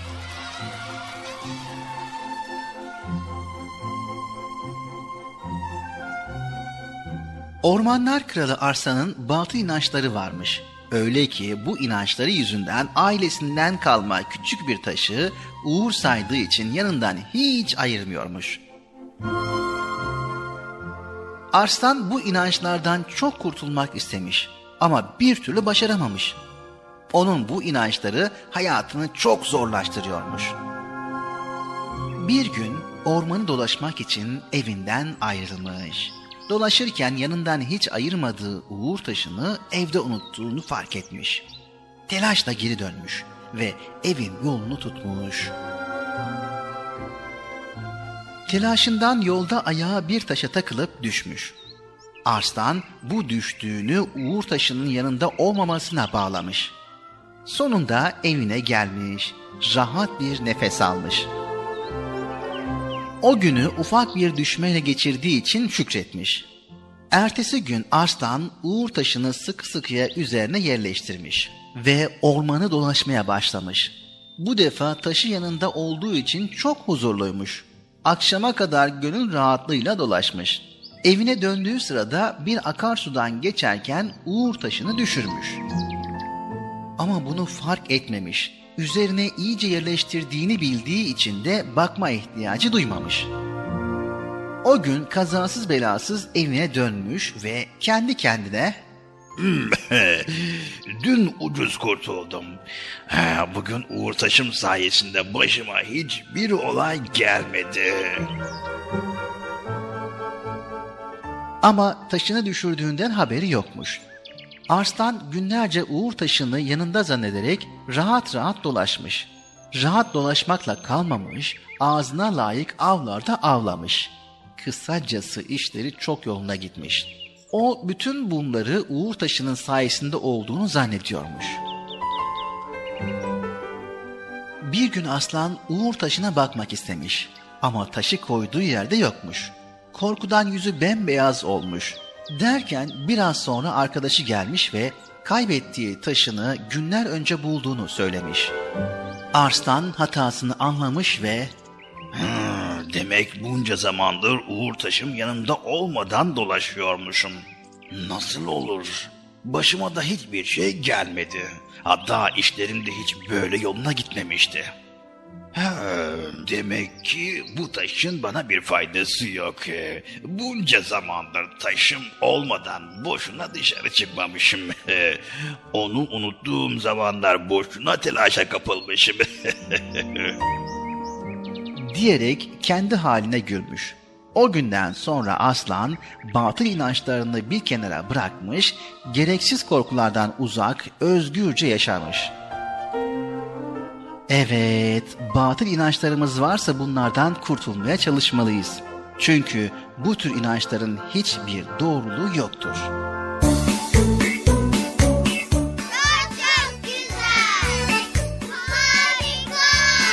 Ormanlar Kralı Arslan'ın batıl inançları varmış. Öyle ki bu inançları yüzünden ailesinden kalma küçük bir taşı uğur saydığı için yanından hiç ayırmıyormuş. Arslan bu inançlardan çok kurtulmak istemiş ama bir türlü başaramamış. Onun bu inançları hayatını çok zorlaştırıyormuş. Bir gün ormanı dolaşmak için evinden ayrılmış. Dolaşırken yanından hiç ayırmadığı uğur taşını evde unuttuğunu fark etmiş. Telaşla geri dönmüş ve evin yolunu tutmuş. Telaşından yolda ayağı bir taşa takılıp düşmüş. Arslan bu düştüğünü uğur taşının yanında olmamasına bağlamış. Sonunda evine gelmiş, rahat bir nefes almış. O günü ufak bir düşmeyle geçirdiği için şükretmiş. Ertesi gün Arslan uğur taşını sıkı sıkıya üzerine yerleştirmiş ve ormanı dolaşmaya başlamış. Bu defa taşı yanında olduğu için çok huzurluymuş. Akşama kadar gönül rahatlığıyla dolaşmış. Evine döndüğü sırada bir akarsudan geçerken uğur taşını düşürmüş. Ama bunu fark etmemiş. Üzerine iyice yerleştirdiğini bildiği için de bakma ihtiyacı duymamış. O gün kazasız belasız evine dönmüş ve kendi kendine Dün ucuz kurtuldum. Bugün uğur taşım sayesinde başıma hiçbir olay gelmedi. Ama taşını düşürdüğünden haberi yokmuş. Arslan günlerce uğur taşını yanında zannederek rahat rahat dolaşmış. Rahat dolaşmakla kalmamış, ağzına layık avlarda avlamış. Kısacası işleri çok yoluna gitmiş. O bütün bunları uğur taşının sayesinde olduğunu zannediyormuş. Bir gün Arslan uğur taşına bakmak istemiş ama taşı koyduğu yerde yokmuş. Korkudan yüzü bembeyaz olmuş. Derken biraz sonra arkadaşı gelmiş ve kaybettiği taşını günler önce bulduğunu söylemiş. Arslan hatasını anlamış ve Demek bunca zamandır uğur taşım yanımda olmadan dolaşıyormuşum. Nasıl olur? Başıma da hiçbir şey gelmedi. Hatta işlerim de hiç böyle yoluna gitmemişti. Demek ki bu taşın bana bir faydası yok. Bunca zamandır taşım olmadan boşuna dışarı çıkmamışım. Onu unuttuğum zamanlar boşuna telaşa kapılmışım. diyerek kendi haline gülmüş. O günden sonra Arslan batıl inançlarını bir kenara bırakmış, gereksiz korkulardan uzak, özgürce yaşamış. Evet, batıl inançlarımız varsa bunlardan kurtulmaya çalışmalıyız. Çünkü bu tür inançların hiçbir doğruluğu yoktur. Çok güzel, harika.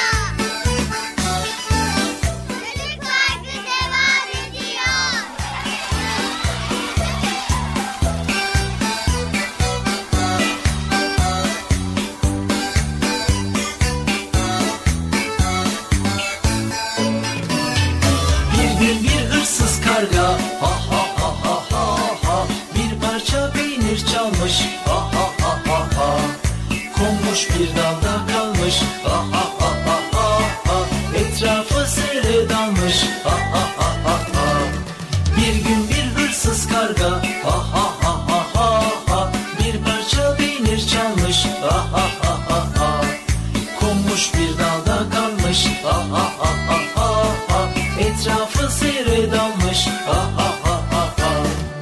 hırsız karga, ha ha ha ha ha ha. Bir parça peynir çalmış, ha ha ha ha ha. Konmuş bir dalda kalmış, ha ha ha ha ha ha. Etrafı seyre dalmış, ha ha ha ha ha.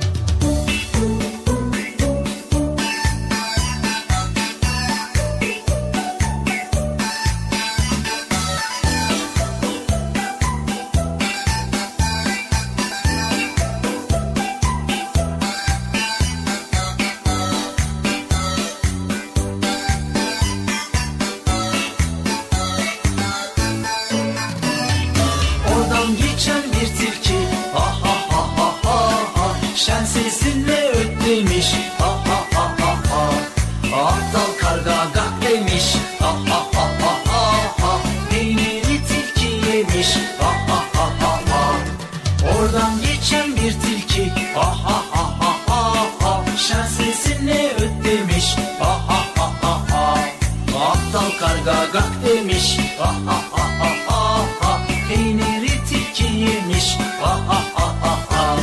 Oradan geçen bir tilki, ha ha ha ha ha ha. Şen sesinle öt demiş, ha ha ha ha ha. Aptal karga gak demiş, ha ha ha ha ha ha. Peyniri tilki yemiş, ha ha ha ha ha. Oradan geçen bir tilki, ha ha ha ha ha ha. Şen sesinle öt demiş, ha ha ha ha ha. Aptal karga gak demiş, ha ha ha ha ha ha. Peyniri tilki yemiş, ha ha ha ha ha.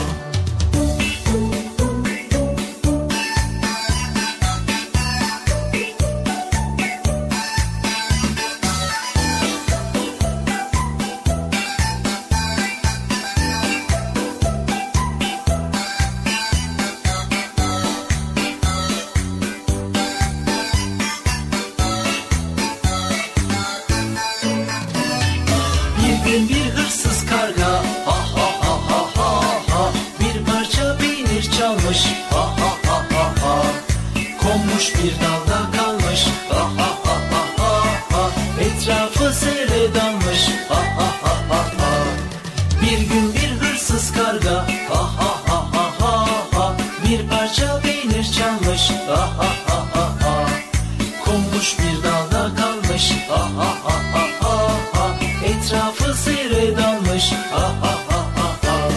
Bir gün bir hırsız karga, ha ha ha ha ha ha. Bir parça peynir çalmış, ha ha ha ha ha. Konmuş bir dalda kalmış, ha ha ha ha ha ha. Etrafı seyre dalmış, ha ha ha ha ha. Bir gün bir hırsız karga, ha ha ha ha ha ha. Bir parça peynir çalmış, ha ha ha ha ha. Konmuş bir dalda kalmış, ha ha ha ha ha ha. Etrafı seyre dalmış, ha ha ha ha ha.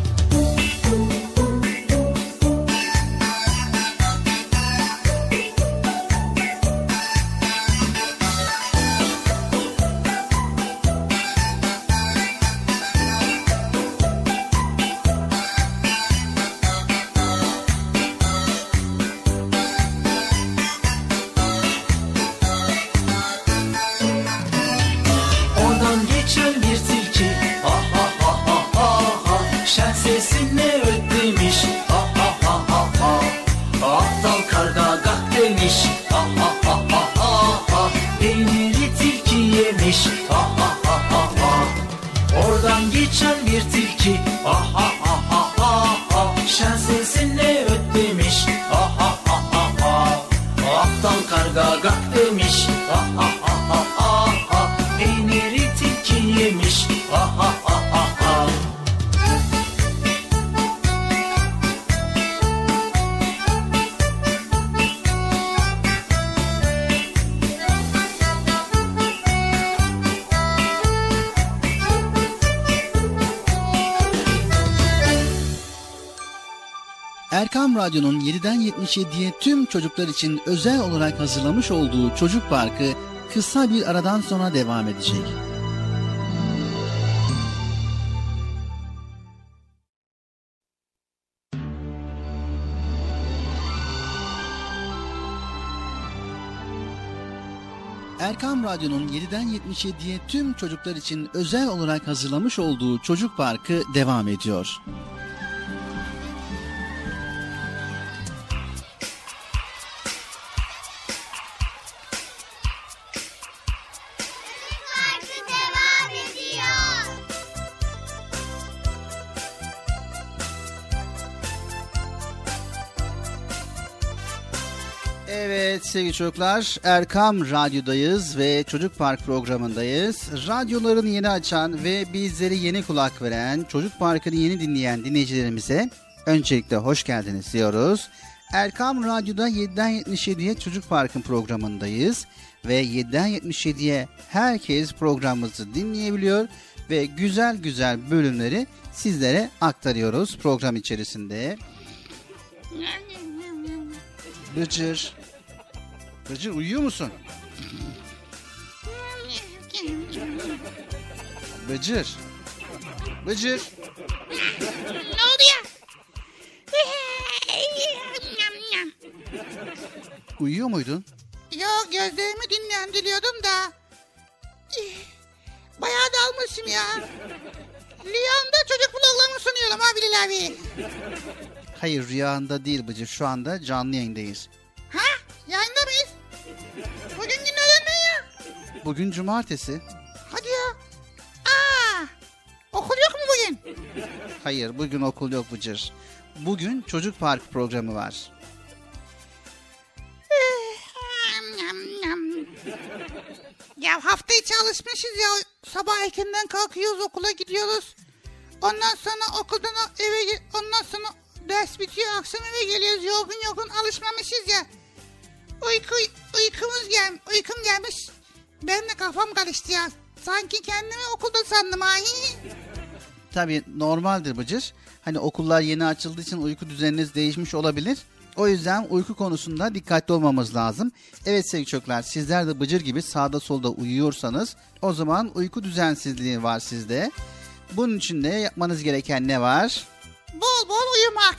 Oradan geçen bir tilki, ha ha ha ha ha ha. Şen sesinle öt demiş, ha ha ha ha ha. Aptal karga gak demiş, ha ha ha ha ha ha. Peyniri tilki yemiş, ha ha ha ha ha. Oradan geçen bir tilki, ha ha ha ha ha ha. Şen sesinle öt demiş, ha ha ha ha ha. Aptal karga gak demiş, ha ha ha ha ha ha. Peyniri tilki yemiş, ha ha ha ha ha. Erkam Radyo'nun 7'den 77'ye tüm çocuklar için özel olarak hazırlamış olduğu Çocuk Parkı kısa bir aradan sonra devam edecek. Erkam Radyo'nun 7'den 77'ye tüm çocuklar için özel olarak hazırlamış olduğu Çocuk Parkı devam ediyor. Evet sevgili çocuklar, Erkam Radyo'dayız ve Çocuk Park programındayız. Radyolarını yeni açan ve bizleri yeni kulak veren, Çocuk Parkı'nı yeni dinleyen dinleyicilerimize öncelikle hoş geldiniz diyoruz. Erkam Radyo'da 7'den 77'ye Çocuk Park'ın programındayız ve 7'den 77'ye herkes programımızı dinleyebiliyor ve güzel güzel bölümleri sizlere aktarıyoruz program içerisinde. Bıcır. Bıcır uyuyor musun? Bıcır. Bıcır. Ne oldu ya? Uyuyor muydun? Yok, gözlerimi dinlendiriyordum da. Bayağı dalmışım ya. Rüyamda çocuk vloglarını sunuyorum ha Bilal abi. Hayır, rüyanda değil Bıcır. Şu anda canlı yayındayız. Ha? Yayında mıyız? Bugün günlerden ne ya? Bugün cumartesi. Hadi ya. Aa, okul yok mu bugün? Hayır, bugün okul yok Bıcır. Bugün Çocuk Park programı var. Ya hafta içi alışmışız ya. Sabah erkenden kalkıyoruz, okula gidiyoruz. Ondan sonra okuldan ondan sonra ders bitiyor, akşam eve geliyoruz. Yorgun alışmamışız ya. Uykum gelmiş. Ben de kafam karıştı ya. Sanki kendimi okulda sandım ha. Tabii normaldir Bıcır. Hani okullar yeni açıldığı için uyku düzeniniz değişmiş olabilir. O yüzden uyku konusunda dikkatli olmamız lazım. Evet sevgili çocuklar, sizler de Bıcır gibi sağda solda uyuyorsanız o zaman uyku düzensizliği var sizde. Bunun için de yapmanız gereken ne var? Bol bol uyumak.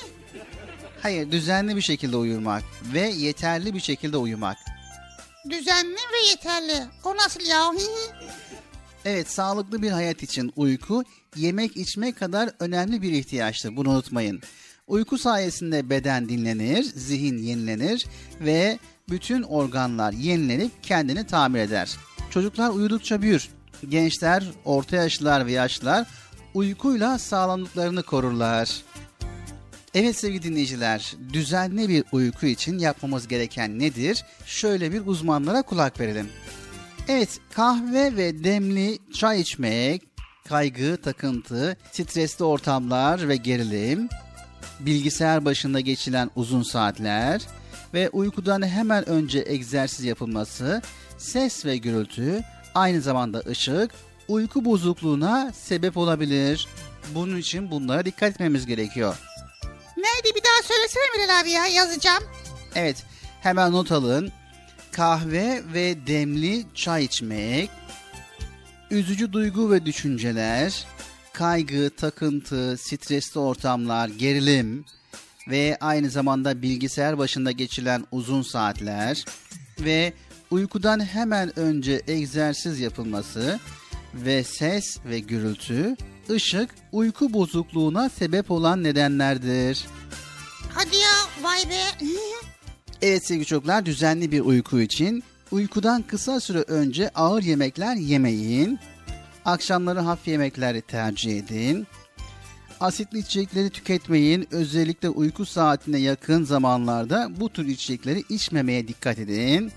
Hayır, düzenli bir şekilde uyumak ve yeterli bir şekilde uyumak. Düzenli ve yeterli. O nasıl ya? Evet, sağlıklı bir hayat için uyku yemek içmek kadar önemli bir ihtiyaçtır. Bunu unutmayın. Uyku sayesinde beden dinlenir, zihin yenilenir ve bütün organlar yenilenip kendini tamir eder. Çocuklar uyudukça büyür. Gençler, orta yaşlılar ve yaşlılar uykuyla sağlamlıklarını korurlar. Evet sevgili dinleyiciler, düzenli bir uyku için yapmamız gereken nedir? Şöyle bir uzmanlara kulak verelim. Evet, kahve ve demli çay içmek, kaygı, takıntı, stresli ortamlar ve gerilim, bilgisayar başında geçilen uzun saatler ve uykudan hemen önce egzersiz yapılması, ses ve gürültü, aynı zamanda ışık, uyku bozukluğuna sebep olabilir. Bunun için bunlara dikkat etmemiz gerekiyor. Neydi, bir daha söylesene Bilal abi ya, yazacağım. Evet, hemen not alın. Kahve ve demli çay içmek, üzücü duygu ve düşünceler, kaygı, takıntı, stresli ortamlar, gerilim ve aynı zamanda bilgisayar başında geçilen uzun saatler ve uykudan hemen önce egzersiz yapılması ve ses ve gürültü, ışık, uyku bozukluğuna sebep olan nedenlerdir. Hadi ya, vay be. Evet sevgili çocuklar, düzenli bir uyku için uykudan kısa süre önce ağır yemekler yemeyin. Akşamları hafif yemekleri tercih edin. Asitli içecekleri tüketmeyin. Özellikle uyku saatine yakın zamanlarda bu tür içecekleri içmemeye dikkat edin.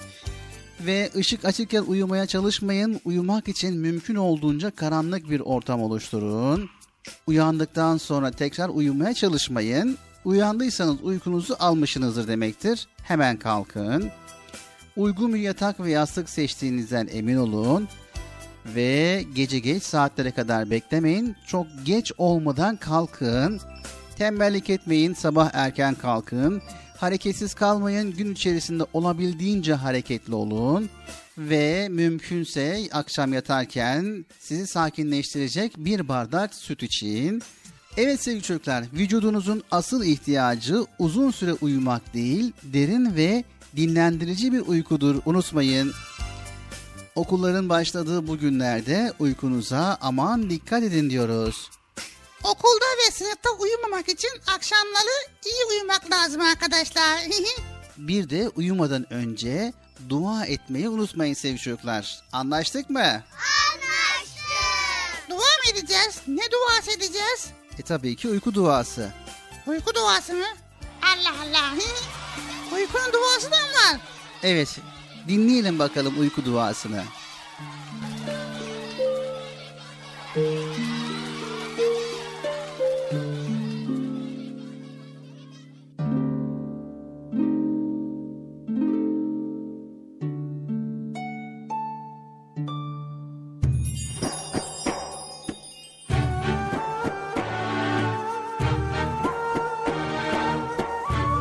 Ve ışık açıkken uyumaya çalışmayın. Uyumak için mümkün olduğunca karanlık bir ortam oluşturun. Uyandıktan sonra tekrar uyumaya çalışmayın. Uyandıysanız uykunuzu almışsınızdır demektir. Hemen kalkın. Uygun bir yatak ve yastık seçtiğinizden emin olun. Ve gece geç saatlere kadar beklemeyin. Çok geç olmadan kalkın. Tembellik etmeyin, sabah erken kalkın. Hareketsiz kalmayın, gün içerisinde olabildiğince hareketli olun. Ve mümkünse akşam yatarken sizi sakinleştirecek bir bardak süt için. Evet sevgili çocuklar, vücudunuzun asıl ihtiyacı uzun süre uyumak değil, derin ve dinlendirici bir uykudur. Unutmayın. Okulların başladığı bu günlerde uykunuza aman dikkat edin diyoruz. Okulda ve sınıfta uyumamak için akşamları iyi uyumak lazım arkadaşlar. Bir de uyumadan önce dua etmeyi unutmayın sevgili çocuklar. Anlaştık mı? Anlaştık. Dua mı edeceğiz? Ne duası edeceğiz? Tabii ki uyku duası. Uyku duası mı? Allah Allah. Uykunun duası da mı var? Evet, dinleyelim bakalım uyku duasını.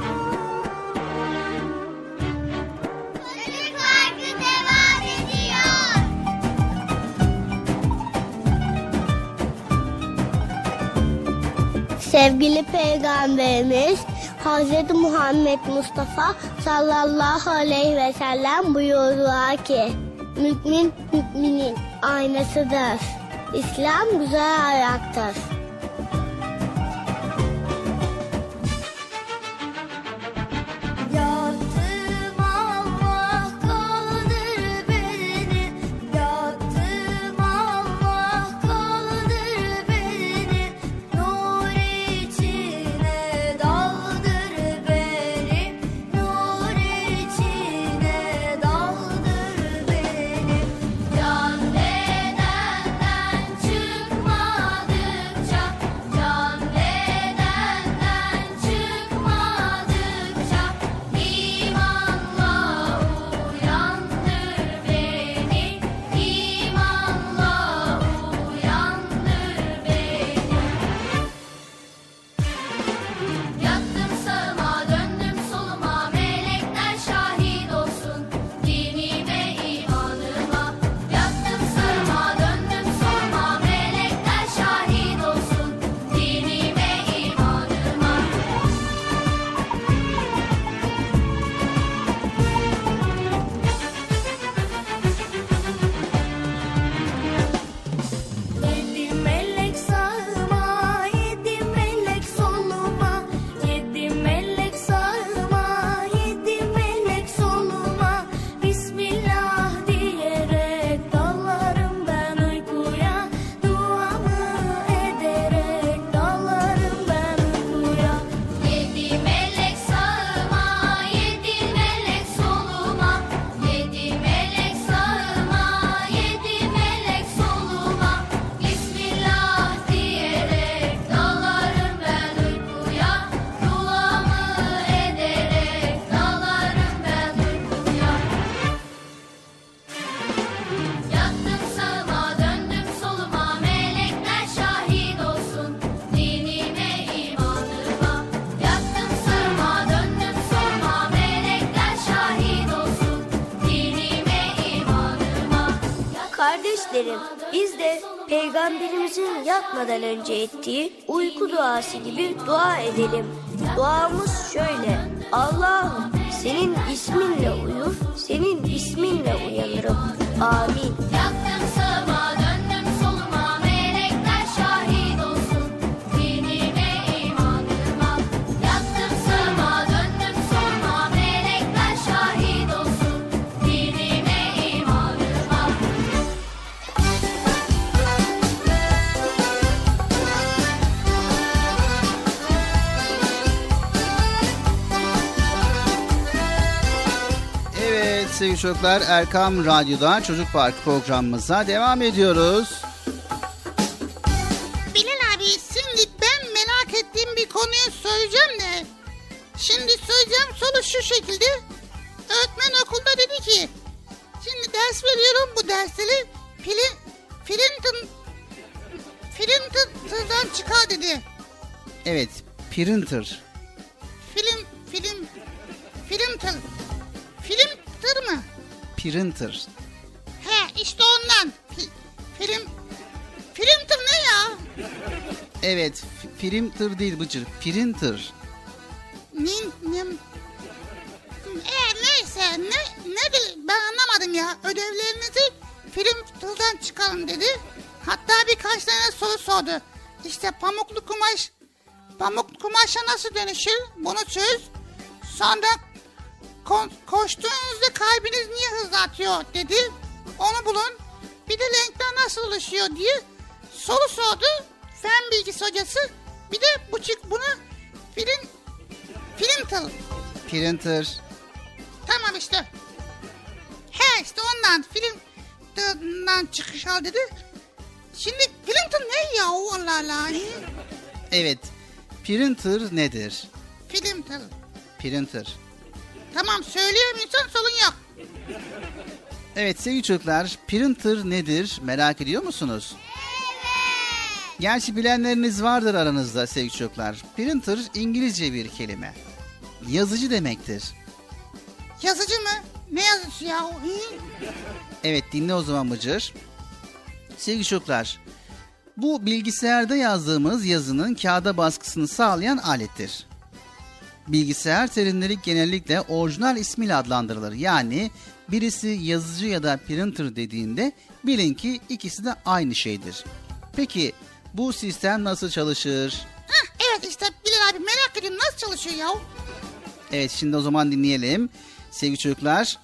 Çocuk Parkı devam ediyor. Sevgili Peygamberimiz Hz. Muhammed Mustafa sallallahu aleyhi ve sellem buyurdular ki mümin müminin aynasıdır. İslam güzel ayaktır. Kardeşlerim, biz de Peygamberimizin yatmadan önce ettiği uyku duası gibi dua edelim. Duamız şöyle: Allah'ım senin isminle uyur, senin isminle uyanırım. Amin. Yaktım sağıma, döndüm soluma, melekler şahit olsun dinime, imanıma. Yaktım sağıma, döndüm soluma, melekler şahit olsun dinime, imanıma. Evet sevgili çocuklar, Erkam Radyo'da Çocuk Park programımıza devam ediyoruz. Bilal abi, şimdi ben merak ettiğim bir konuyu söyleyeceğim de. Şimdi söyleyeceğim soru şu şekilde. Öğretmen okulda dedi ki, şimdi ders veriyorum, bu dersleri printer'dan çıkar dedi. Evet, printer. Printer mı? Printer. He, işte ondan. Printer ne ya? Evet, printer değil Bıcır, printer. Neyse ne dedi, ben anlamadım ya. Ödevlerinizi printer'dan çıkarın dedi. Hatta birkaç tane soru sordu. İşte pamuklu kumaşa nasıl dönüşür? Bunu çöz. Sonra koştuğunuzda kalbiniz niye hızlı atıyor dedi. Onu bulun. Bir de renkler nasıl oluşuyor diye soru sordu. Fen bilgisi hocası. Bir de buna Printer. Tamam işte. He işte ondan filmden çıkış al dedi. Şimdi printer ne ya, Allah Allah. Evet, printer nedir? Printer. Tamam, söyleyemiyorsan sorun yok. Evet sevgili çocuklar, printer nedir merak ediyor musunuz? Evet. Gerçi bilenleriniz vardır aranızda sevgili çocuklar. Printer İngilizce bir kelime. Yazıcı demektir. Yazıcı mı? Ne yazıcı ya? Evet, dinle o zaman Bıcır. Sevgili çocuklar, Bu bilgisayarda yazdığımız yazının kağıda baskısını sağlayan alettir. Bilgisayar terimleri genellikle orijinal ismiyle adlandırılır. Yani birisi yazıcı ya da printer dediğinde bilin ki ikisi de aynı şeydir. Peki bu sistem nasıl çalışır? Evet işte Bilal abi, merak ediyorum nasıl çalışıyor ya? Evet, şimdi o zaman dinleyelim. Sevgili çocuklar.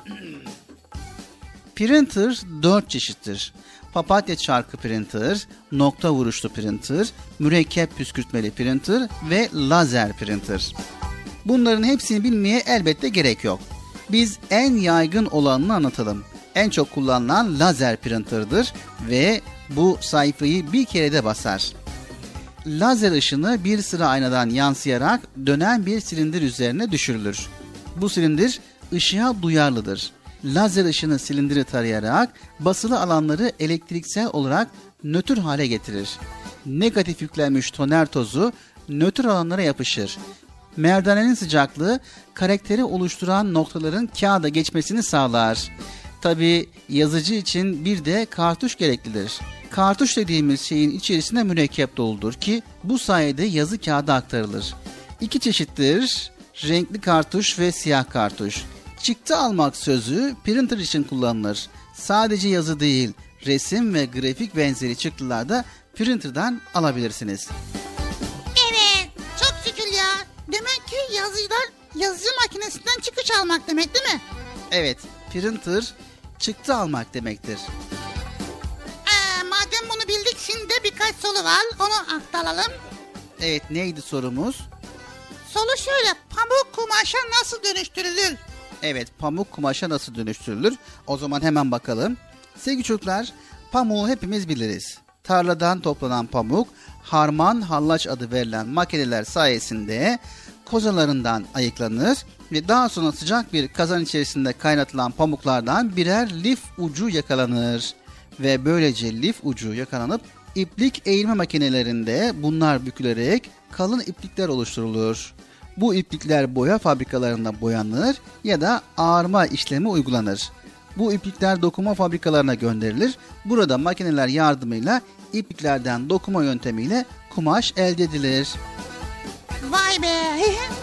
Printer 4 çeşittir. Papatya çarkı printer, nokta vuruşlu printer, mürekkep püskürtmeli printer ve lazer printer. Bunların hepsini bilmeye elbette gerek yok. Biz en yaygın olanını anlatalım. En çok kullanılan lazer printer'dır ve bu sayfayı bir kerede basar. Lazer ışını bir sıra aynadan yansıyarak dönen bir silindir üzerine düşürülür. Bu silindir ışığa duyarlıdır. Lazer ışını silindiri tarayarak basılı alanları elektriksel olarak nötr hale getirir. Negatif yüklenmiş toner tozu nötr alanlara yapışır. Merdanenin sıcaklığı karakteri oluşturan noktaların kağıda geçmesini sağlar. Tabii yazıcı için bir de kartuş gereklidir. Kartuş dediğimiz şeyin içerisine mürekkep doldur ki bu sayede yazı kağıda aktarılır. İki çeşittir: renkli kartuş ve siyah kartuş. Çıktı almak sözü printer için kullanılır. Sadece yazı değil, resim ve grafik benzeri çıktılar da printer'dan alabilirsiniz. Evet, çok şükür ya. Demek ki yazıcı makinesinden çıkış almak demek değil mi? Evet, printer çıktı almak demektir. Madem bunu bildik, şimdi birkaç soru var, onu aktaralım. Evet, neydi sorumuz? Soru şöyle: pamuk kumaşa nasıl dönüştürülür? Evet, pamuk kumaşa nasıl dönüştürülür? O zaman hemen bakalım. Sevgili çocuklar, pamuğu hepimiz biliriz. Tarladan toplanan pamuk, harman hallaç adı verilen makineler sayesinde kozalarından ayıklanır ve daha sonra sıcak bir kazan içerisinde kaynatılan pamuklardan birer lif ucu yakalanır. Ve böylece lif ucu yakalanıp iplik eğilme makinelerinde bunlar bükülerek kalın iplikler oluşturulur. Bu iplikler boya fabrikalarında boyanır ya da ağarma işlemi uygulanır. Bu iplikler dokuma fabrikalarına gönderilir. Burada makineler yardımıyla ipliklerden dokuma yöntemiyle kumaş elde edilir. Vay be!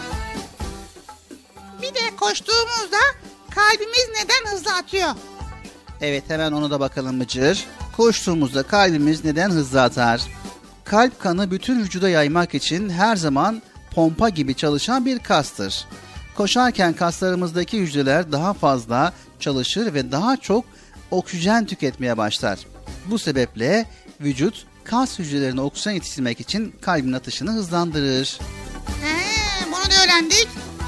Bir de koştuğumuzda kalbimiz neden hızlı atıyor? Evet, hemen ona da bakalım Bıcır. Koştuğumuzda kalbimiz neden hızlı atar? Kalp kanı bütün vücuda yaymak için her zaman pompa gibi çalışan bir kastır. Koşarken kaslarımızdaki hücreler daha fazla çalışır ve daha çok oksijen tüketmeye başlar. Bu sebeple vücut kas hücrelerine oksijen yetiştirmek için kalbin atışını hızlandırır. Bunu da öğrendik.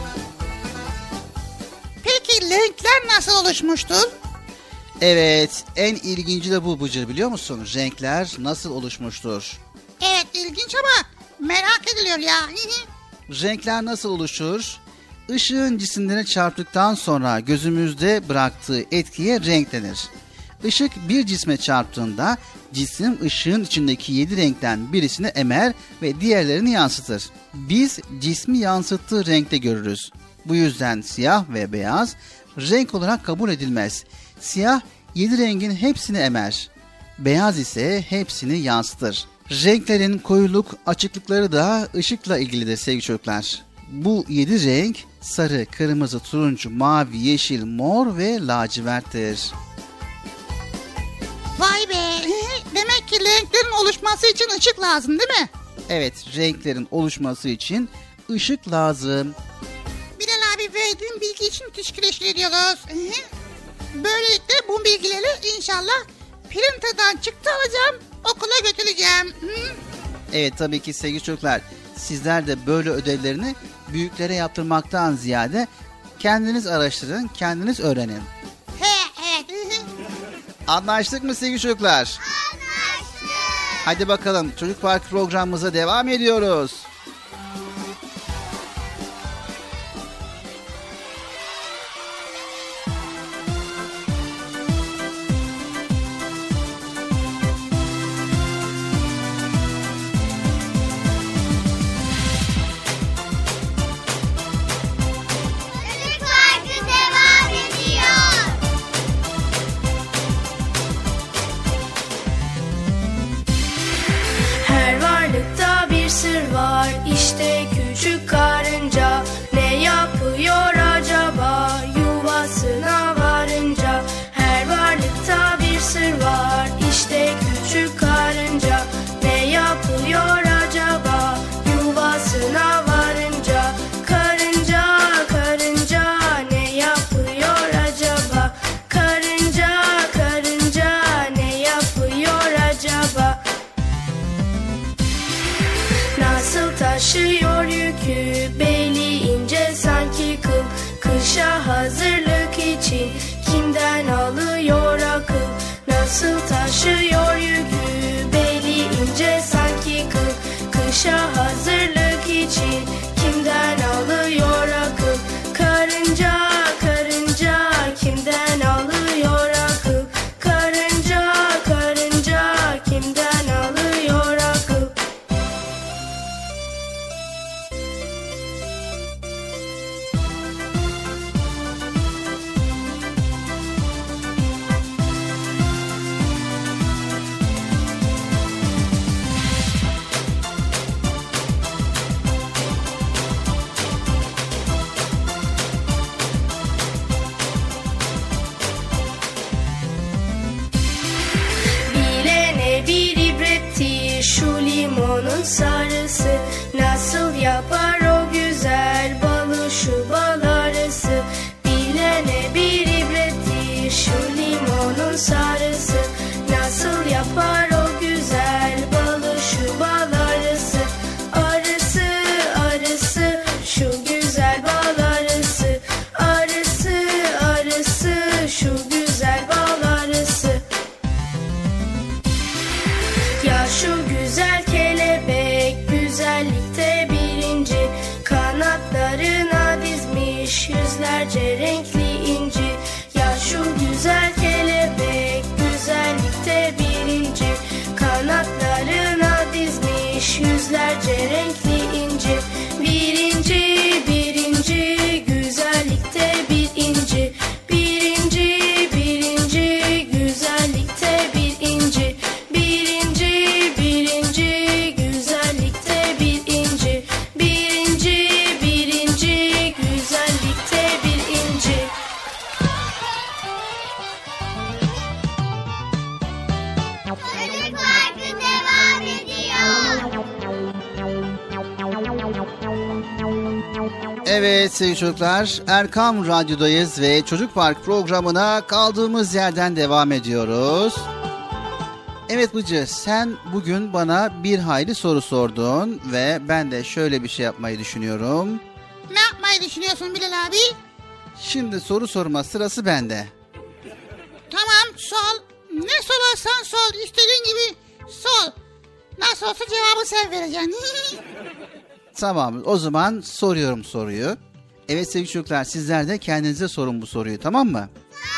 Peki renkler nasıl oluşmuştur? Evet, en ilginci de bu Bıcır, biliyor musun? Renkler nasıl oluşmuştur? Evet, ilginç ama merak ediliyor ya. Renkler nasıl oluşur? Işığın cisimlere çarptıktan sonra gözümüzde bıraktığı etkiye renk denir. Işık bir cisme çarptığında cisim ışığın içindeki 7 renkten birisini emer ve diğerlerini yansıtır. Biz cismi yansıttığı renkte görürüz. Bu yüzden siyah ve beyaz renk olarak kabul edilmez. Siyah 7 rengin hepsini emer. Beyaz ise hepsini yansıtır. Renklerin koyuluk, açıklıkları da ışıkla ilgilidir sevgili çocuklar. Bu 7 renk sarı, kırmızı, turuncu, mavi, yeşil, mor ve laciverttir. Vay be! Demek ki renklerin oluşması için ışık lazım değil mi? Evet, renklerin oluşması için ışık lazım. Bilal abi, verdiğin bilgi için teşekkür ediyoruz. Böylelikle bu bilgileri inşallah printer'dan çıktı alacağım, okula götüreceğim. Evet, tabii ki sevgili çocuklar, sizler de böyle ödevlerini büyüklere yaptırmaktan ziyade kendiniz araştırın, kendiniz öğrenin. Evet. Anlaştık mı sevgili çocuklar? Anlaştık. Hadi bakalım, Çocuk Parkı programımıza devam ediyoruz. Kışa hazırlık için kimden alıyor akıl? Nasıl taşıyor yükü, beli ince sanki kıl. Kışa hazırlık için kimden alıyor akıl? Karınca, karınca kimden alıyor akıl? Karınca, karınca kimden alıyor akıl? Bilene bir ibrettir şu limonun sarısı. Nasıl yapar o güzel balı şu bal arısı? Bilene bir ibrettir şu limonun sarısı. Nasıl yapar o güzel balı şu bal arısı? Arısı, arısı şu güzel bal arısı. Arısı, arısı şu güzel bal arısı. Ya şu güzel kelebek güzellikte birinci, kanatlarına dizmiş yüzlerce renkli inci. Ya şu güzel kelebek güzellikte birinci, kanatlarına dizmiş yüzlerce renkli inci. Birinci, birinci güzellikte bir inci. Birinci, birinci güzellikte bir inci. Birinci, birinci güzellikte bir inci. Birinci, birinci güzellikte bir inci. Çocuk Parkı devam ediyor. Evet sevgili çocuklar, Erkam Radyo'dayız ve Çocuk Park programına kaldığımız yerden devam ediyoruz. Evet Bıcı, sen bugün bana bir hayli soru sordun ve ben de şöyle bir şey yapmayı düşünüyorum. Ne yapmayı düşünüyorsun Bilal abi? Şimdi soru sorma sırası bende. Tamam, sor. Ne sorarsan sor. İstediğin gibi sor. Nasıl olsa cevabı sen vereceksin. Tamam, o zaman soruyorum soruyu. Evet sevgili çocuklar, sizler de kendinize sorun bu soruyu, tamam mı?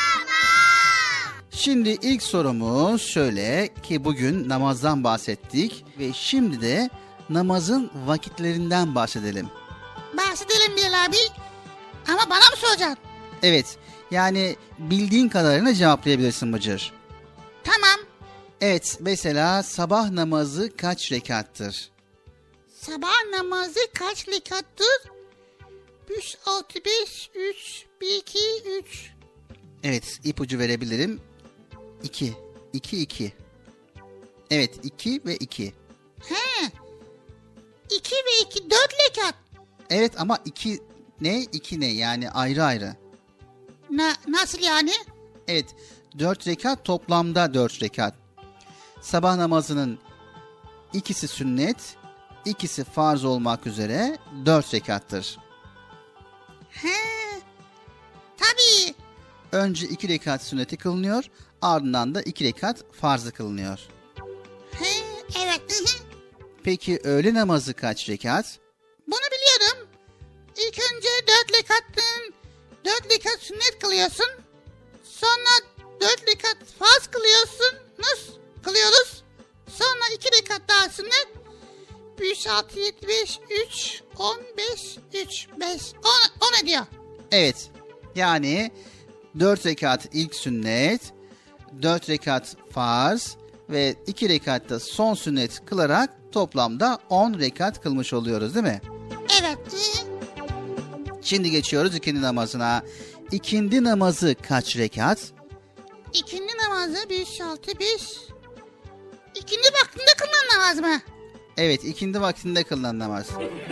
Şimdi ilk sorumuz şöyle ki bugün namazdan bahsettik ve şimdi de namazın vakitlerinden bahsedelim. Bahsedelim Bilal abi. Ama bana mı soracaksın? Evet, yani bildiğin kadarıyla cevaplayabilirsin Bıcır. Tamam. Evet, mesela sabah namazı kaç rekattır? Sabah namazı kaç rekattır? 3, 6, 5, 3, 1, 2, 3. Evet, ipucu verebilirim. 2, 2, 2. Evet, 2 ve 2. He. 2 ve 2, 4 rekat. Evet ama 2 ne? 2 ne? Yani ayrı ayrı. Nasıl yani? Evet, 4 rekat toplamda 4 rekat. Sabah namazının ikisi sünnet, ikisi farz olmak üzere 4 rekattır. He. Tabii. Önce 2 rekat sünneti kılınıyor, ardından da 2 rekat farzı kılınıyor. He, evet. Peki öğle namazı kaç rekat? Bunu biliyordum. İlk önce 4 rekattın. 4 rekat sünnet kılıyorsun. Sonra 4 rekat farz kılıyorsun. Nasıl kılıyoruz? Sonra 2 rekat daha sünnet. 3, 6, 7, 5, 3, 10, 5, 3, 5, 10 ediyor. Evet, yani 4 rekat ilk sünnet, 4 rekat farz ve 2 rekatta son sünnet kılarak toplamda 10 rekat kılmış oluyoruz değil mi? Evet. Şimdi geçiyoruz ikindi namazına. İkindi namazı kaç rekat? İkindi namazı 5, 6, 5. İkindi vaktinde kılınan namaz mı? Evet, ikindi vaktinde kılınan namaz.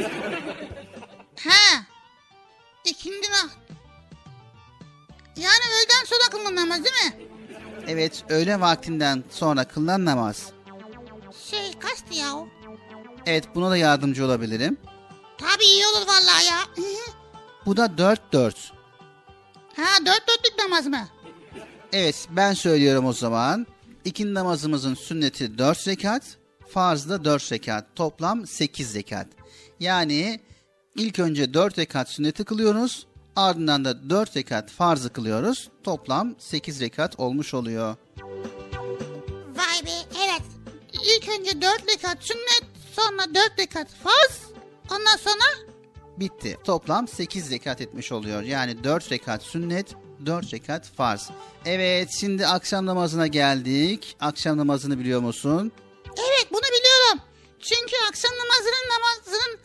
He. İkindi yani öğleden sonra kılınan namaz değil mi? Evet, öğle vaktinden sonra kılınan namaz. Kaçtı ya o? Evet, buna da yardımcı olabilirim. Tabii iyi olur vallahi ya. Bu da 4-4. Ha, 4 namaz mı? Evet, ben söylüyorum o zaman. İkindi namazımızın sünneti 4 rekat, farzı da 4 rekat. Toplam 8 rekat. Yani ilk önce 4 rekat sünneti kılıyoruz. Ardından da 4 rekat farzı kılıyoruz. Toplam 8 rekat olmuş oluyor. Vay be, evet. İlk önce 4 rekat sünnet, sonra 4 rekat farz, ondan sonra... Bitti. Toplam 8 rekat etmiş oluyor. Yani 4 rekat sünnet, 4 rekat farz. Evet, şimdi akşam namazına geldik. Akşam namazını biliyor musun? Evet, bunu biliyorum. Çünkü akşam namazının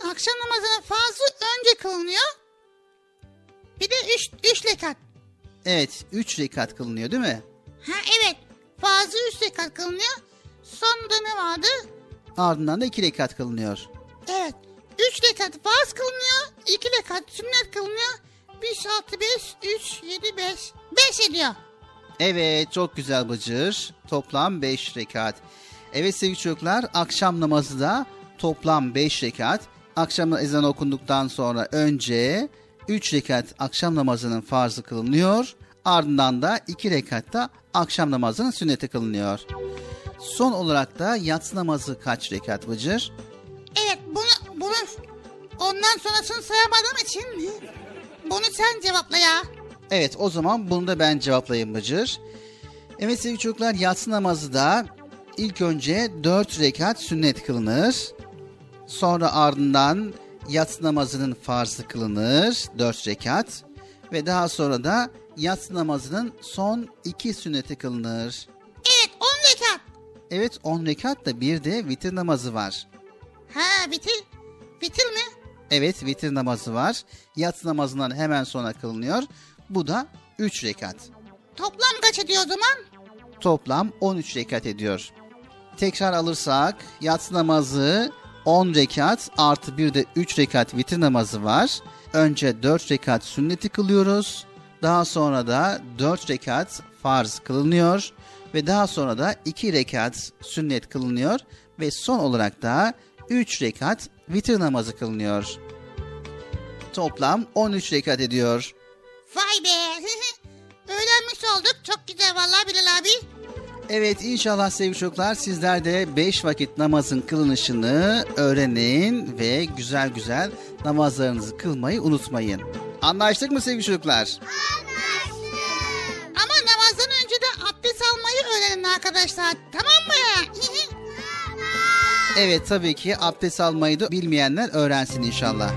farzı önce kılınıyor. Bir de 3 rekat. Evet, 3 rekat kılınıyor değil mi? Ha evet, farzı 3 rekat kılınıyor. Sonunda ne vardı? Ardından da 2 rekat kılınıyor. Evet, 3 rekat farz kılınıyor, 2 rekat sünnet kılınıyor. 5, 6, 5, 3, 7, 5. 5 ediyor. Evet, çok güzel Bıcır. Toplam 5 rekat. Evet sevgili çocuklar, akşam namazı da toplam 5 rekat. Akşam ezanı okunduktan sonra önce 3 rekat akşam namazının farzı kılınıyor. Ardından da 2 rekatta akşam namazının sünneti kılınıyor. Son olarak da yatsı namazı kaç rekat Bıcır? Evet, bunu ondan sonrasını sayamadığım için bunu sen cevapla ya. Evet, o zaman bunu da ben cevaplayayım Bıcır. Evet sevgili çocuklar, yatsı namazı da ilk önce 4 rekat sünnet kılınır. Sonra ardından yatsı namazının farzı kılınır 4 rekat. Ve daha sonra da yatsı namazının son 2 sünneti kılınır. Evet, 10 rekat. Evet, 10 rekat da bir de vitir namazı var. Ha, vitir mi? Evet, vitir namazı var. Yatsı namazından hemen sonra kılınıyor. Bu da 3 rekat. Toplam kaç ediyor o zaman? Toplam 13 rekat ediyor. Tekrar alırsak yatsı namazı 10 rekat artı bir de 3 rekat vitir namazı var. Önce 4 rekat sünneti kılıyoruz. Daha sonra da 4 rekat farz kılınıyor. Ve daha sonra da 2 rekat sünnet kılınıyor. Ve son olarak da 3 rekat vitir namazı kılınıyor. Toplam 13 rekat ediyor. Vay be. Öğrenmiş olduk. Çok güzel vallahi Bilal abi. Evet, inşallah sevgili çocuklar sizler de 5 vakit namazın kılınışını öğrenin ve güzel güzel namazlarınızı kılmayı unutmayın. Anlaştık mı sevgili çocuklar? Anlaştık. Ama namazdan önce de abdest almayı öğrenin arkadaşlar. Tamam mı? Evet, tabii ki abdest almayı da bilmeyenler öğrensin inşallah.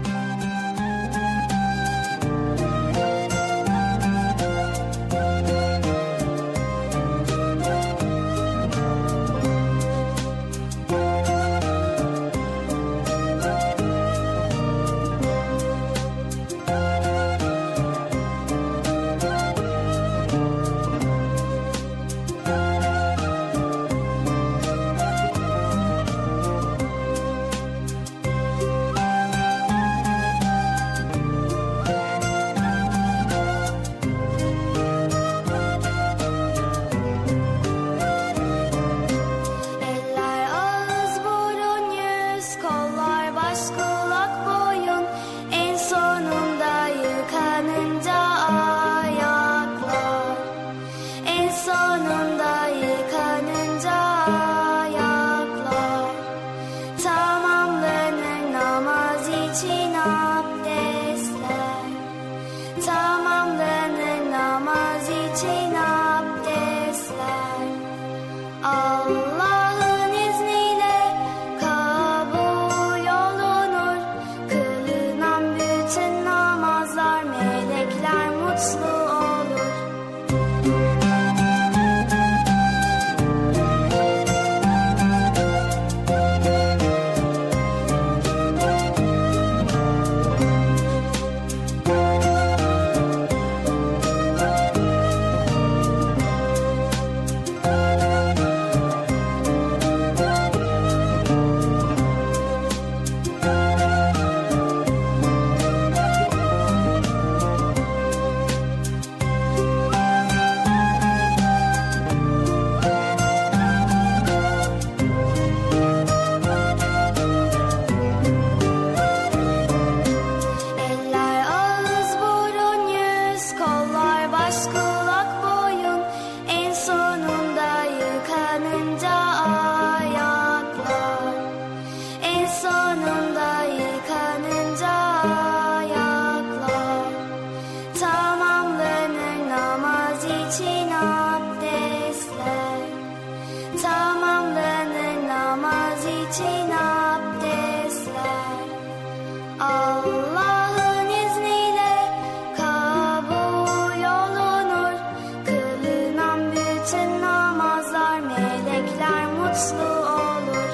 Allah'ın izniyle kabul olunur. Kılınan bütün namazlar, melekler mutlu olur.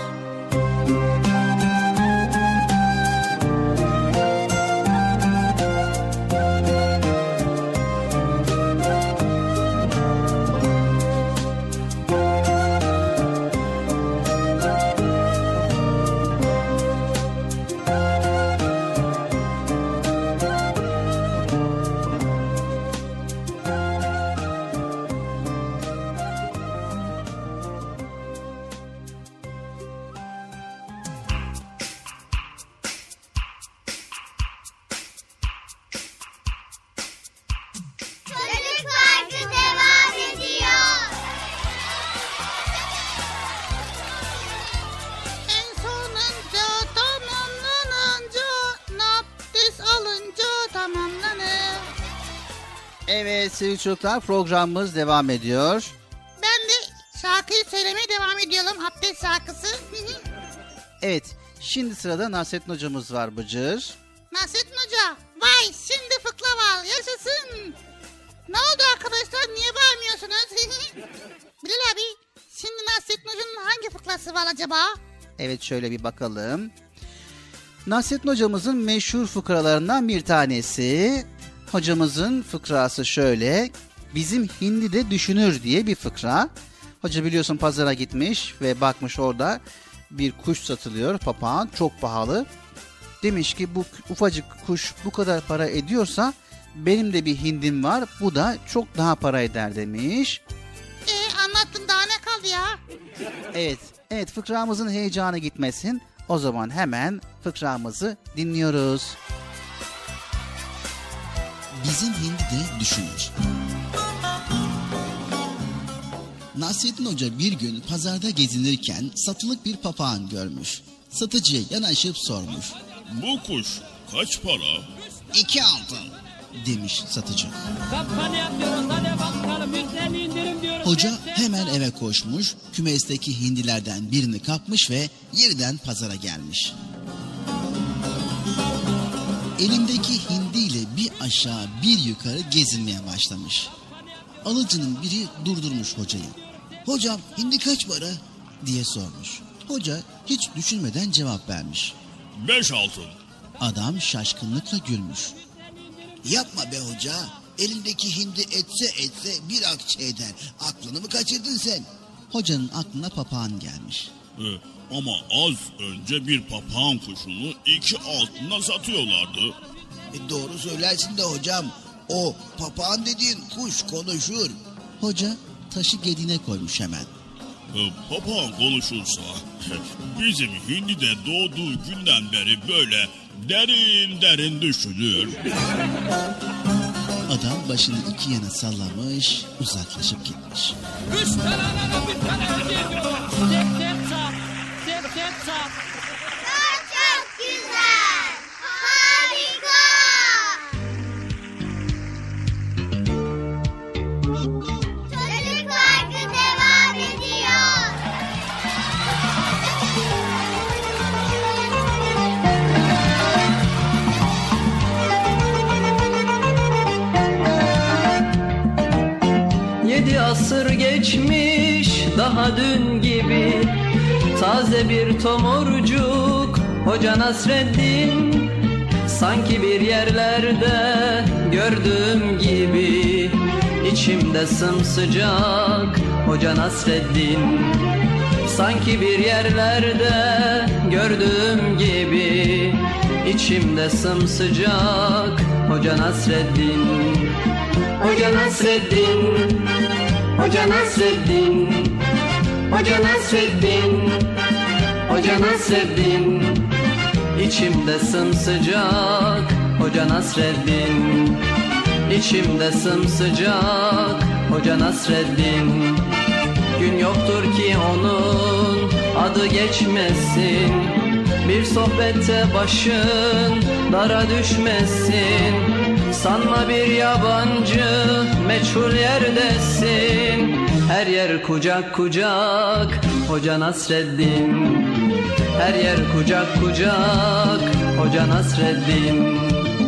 Çocuk Parkı devam ediyor. En sonunca tamamlanınca, abdest alınca tamamlanır. Evet sevgili çocuklar, programımız devam ediyor. Ben de şarkıyı söylemeye devam ediyorum. Abdest şarkısı. Evet, şimdi sırada Nasrettin hocamız var Bıcır. Nasrettin Hoca, vay şimdi fıkra var, yaşasın. Ne oldu arkadaşlar, niye bağırmıyorsunuz? Bilal abi, şimdi Nasrettin Hoca'nın hangi fıkrası var acaba? Evet, şöyle bir bakalım. Nasrettin hocamızın meşhur fıkralarından bir tanesi. Hocamızın fıkrası şöyle. Bizim hindi de düşünür diye bir fıkra. Hoca biliyorsun pazara gitmiş ve bakmış orada bir kuş satılıyor, papağan, çok pahalı. Demiş ki bu ufacık kuş bu kadar para ediyorsa benim de bir hindim var, bu da çok daha para eder demiş. Anlattın, daha ne kaldı ya? Evet fıkramızın heyecanı gitmesin. O zaman hemen fıkramızı dinliyoruz. Bizim hindi de düşünür. Nasrettin Hoca bir gün pazarda gezinirken satılık bir papağan görmüş. Satıcıya yanaşıp sormuş. Bu kuş kaç para? 2 altın demiş satıcı. Hoca hemen eve koşmuş, kümesteki hindilerden birini kapmış ve yeniden pazara gelmiş. Elindeki hindiyle bir aşağı bir yukarı gezinmeye başlamış. Alıcının biri durdurmuş hocayı. Hocam hindi kaç para diye sormuş. Hoca hiç düşünmeden cevap vermiş. 5 altın. Adam şaşkınlıkla gülmüş. Yapma be hoca, elindeki hindi etse bir akçe eder. Aklını mı kaçırdın sen? Hocanın aklına papağan gelmiş. Ama az önce bir papağan kuşunu 2 altına satıyorlardı. Doğru söylersin de hocam, o papağan dediğin kuş konuşur. Hoca taşı gediğine koymuş hemen. Papağan konuşursa bizim hindi de doğduğu günden beri böyle derin düşünür. Adam başını iki yana sallamış, uzaklaşıp gitmiş. 3 tane anana bir tane hediye ediyorum. Tek sap. Çok güzel. Harika. Çocuk Parkı devam ediyor. Yedi asır geçmiş daha dün gibi, taze bir tomurcuk Hoca Nasreddin, sanki bir yerlerde gördüğüm gibi, içimde sımsıcak Hoca Nasreddin. Sanki bir yerlerde gördüğüm gibi, içimde sımsıcak Hoca Nasreddin. Hoca Nasreddin, Hoca Nasreddin, Hoca Nasreddin, Hoca Nasreddin, içimde sımsıcak Hoca Nasreddin, içimde sımsıcak Hoca Nasreddin. Gün yoktur ki onun adı geçmesin, bir sohbette başın dara düşmesin. Sanma bir yabancı meçhul yerdesin, her yer kucak kucak Hoca Nasreddin. Her yer kucak kucak Hoca Nasreddin.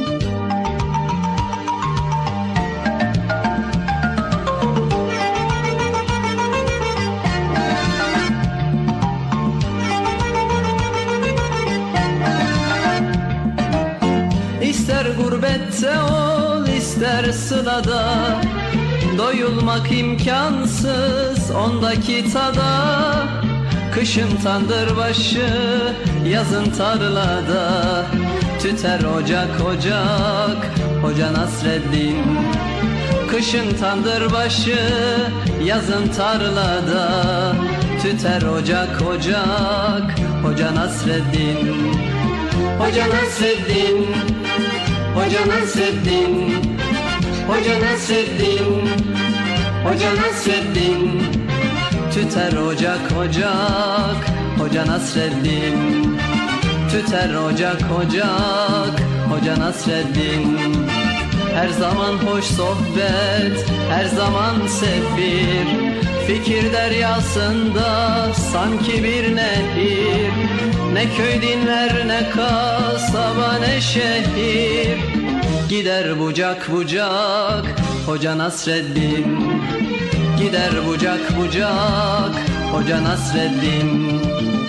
İster gurbette ol, ister sılada, doyulmak imkansız ondaki tada. Kışın tandırbaşı, yazın tarlada, tüter ocak ocak Hoca Nasreddin. Kışın tandırbaşı, yazın tarlada, tüter ocak ocak Hoca Nasreddin. Hoca Nasreddin, Hoca Nasreddin, Hoca Nasreddin, Hoca Nasreddin. Tüter ocak ocak Hoca Nasreddin. Tüter ocak ocak Hoca Nasreddin. Her zaman hoş sohbet, her zaman sefir, fikir deryasında sanki bir nehir. Ne köy dinler, ne kasaba, ne şehir, gider bucak bucak Hoca Nasreddin. Gider bucak bucak Hoca Nasreddin.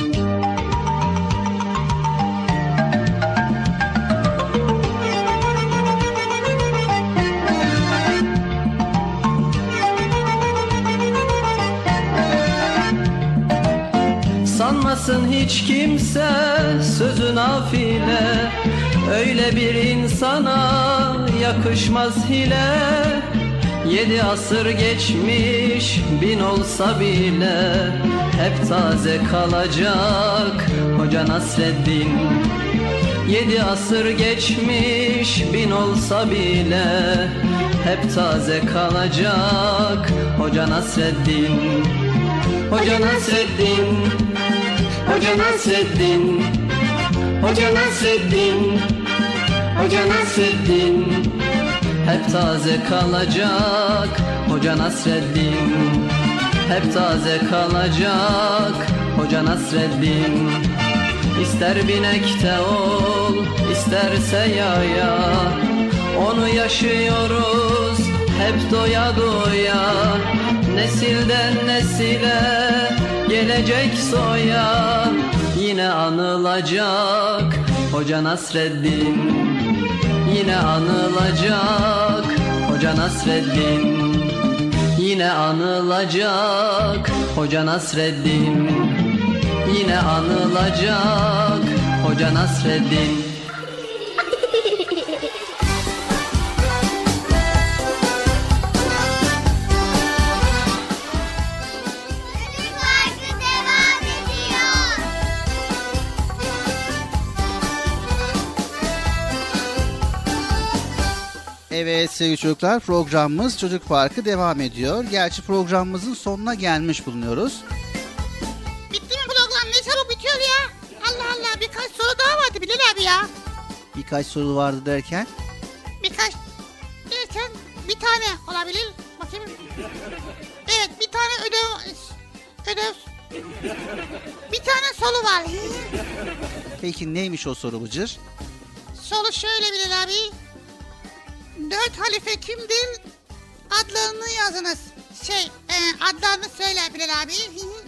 Sanmasın hiç kimse sözü nafile, öyle bir insana yakışmaz hile. 7 asır geçmiş, 1000 olsa bile hep taze kalacak Hoca Nasreddin. 7 asır geçmiş, 1000 olsa bile hep taze kalacak Hoca Nasreddin. Hoca Nasreddin, Hoca Nasreddin, Hoca Nasreddin, Hoca Nasreddin. Hep taze kalacak Hoca Nasreddin. Hep taze kalacak Hoca Nasreddin. İster binekte ol, isterse yaya, onu yaşıyoruz hep doya doya. Nesilden nesile gelecek soya, yine anılacak Hoca Nasreddin. Yine anılacak Hoca Nasreddin. Yine anılacak Hoca Nasreddin. Yine anılacak Hoca Nasreddin. Evet sevgili çocuklar, programımız Çocuk Parkı devam ediyor. Gerçi programımızın sonuna gelmiş bulunuyoruz. Bitti mi program? Ne çabuk bitiyor ya? Allah Allah, birkaç soru daha vardı Bilal abi ya. Birkaç soru vardı derken? Birkaç derken bir tane olabilir. Bakayım. Evet, bir tane ödev. Bir tane soru var. Peki neymiş o soru Bıcır? Soru şöyle Bilal abi. 4 halife kimdir? Adlarını yazınız. Adlarını söyle Bilal abi.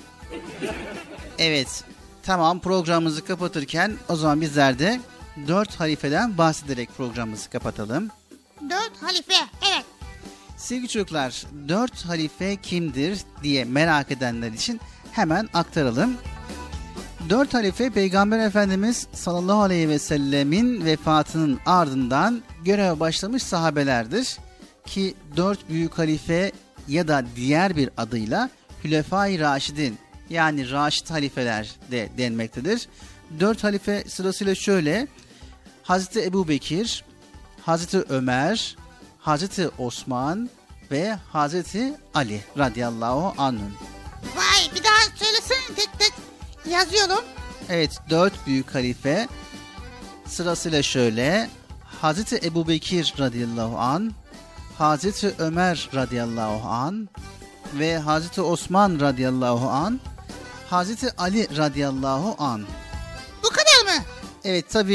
Evet, tamam, programımızı kapatırken o zaman bizler de 4 halifeden bahsederek programımızı kapatalım. 4 halife, evet. Sevgili çocuklar, 4 halife kimdir diye merak edenler için hemen aktaralım. 4 halife Peygamber Efendimiz sallallahu aleyhi ve sellemin vefatının ardından göreve başlamış sahabelerdir. Ki 4 büyük halife ya da diğer bir adıyla Hülefai Raşidin, yani Raşid halifeler de denmektedir. 4 halife sırasıyla şöyle: Hazreti Ebubekir, Hazreti Ömer, Hazreti Osman ve Hazreti Ali radıyallahu anhum. Vay, bir daha söylesene, tek tek yazıyorum. Evet, 4 büyük halife sırasıyla şöyle: Hazreti Ebubekir radıyallahu an, Hazreti Ömer radıyallahu an ve Hazreti Osman radıyallahu an, Hazreti Ali radıyallahu an. Bu kadar mı? Evet, tabi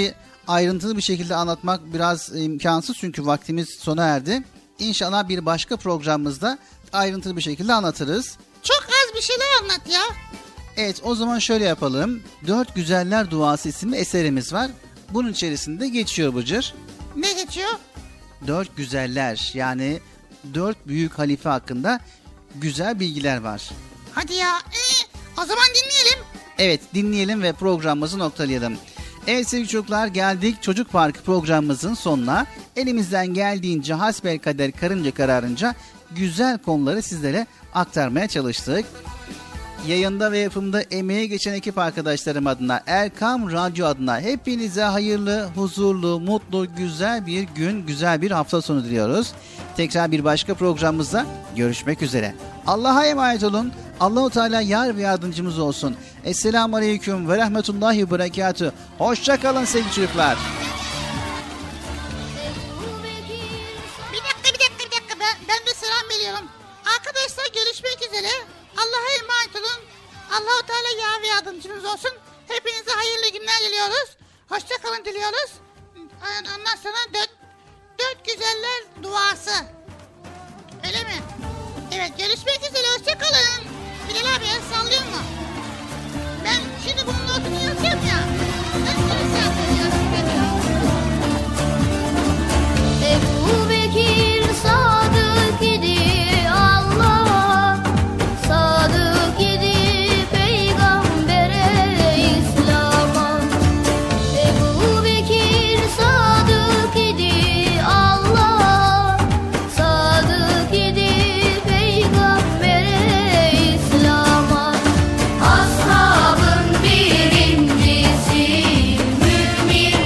ayrıntılı bir şekilde anlatmak biraz imkansız çünkü vaktimiz sona erdi. İnşallah bir başka programımızda ayrıntılı bir şekilde anlatırız. Çok az bir şeyler anlat ya. Evet, o zaman şöyle yapalım. 4 Güzeller Duası isimli eserimiz var. Bunun içerisinde geçiyor Bıcır. Ne geçiyor? 4 güzeller, yani 4 büyük halife hakkında güzel bilgiler var. Hadi ya. O zaman dinleyelim. Evet, dinleyelim ve programımızı noktalayalım. Evet sevgili çocuklar, geldik Çocuk Parkı programımızın sonuna. Elimizden geldiğince hasbelkader karınca kararınca güzel konuları sizlere aktarmaya çalıştık. Yayında ve yapımda emeği geçen ekip arkadaşlarım adına, Erkam Radyo adına hepinize hayırlı, huzurlu, mutlu, güzel bir gün, güzel bir hafta sonu diliyoruz. Tekrar bir başka programımızda görüşmek üzere. Allah'a emanet olun. Allah-u Teala yar ve yardımcımız olsun. Esselamu Aleyküm ve Rahmetullahi ve Berekatuhu. Hoşça kalın sevgili çocuklar. Bir dakika. Ben de selam veriyorum. Arkadaşlar görüşmek üzere. Allah'a emanet olun. Allah-u Teala yar ve yardımcımız olsun. Hepinize hayırlı günler diliyoruz. Hoşça kalın diliyoruz. Ondan sonra dört güzeller duası. Öyle mi? Evet, görüşmek üzere. Hoşça kalın. Bilal abi el sallıyor mu? Ben şimdi bunun notunu yazacağım ya. Ebu Bekir sadık idi Allah'a, sadık idi peygambere, İslam'a. Ebu Bekir sadık idi Allah'a, sadık idi peygambere, İslam'a. Ashabın birincisi, mümin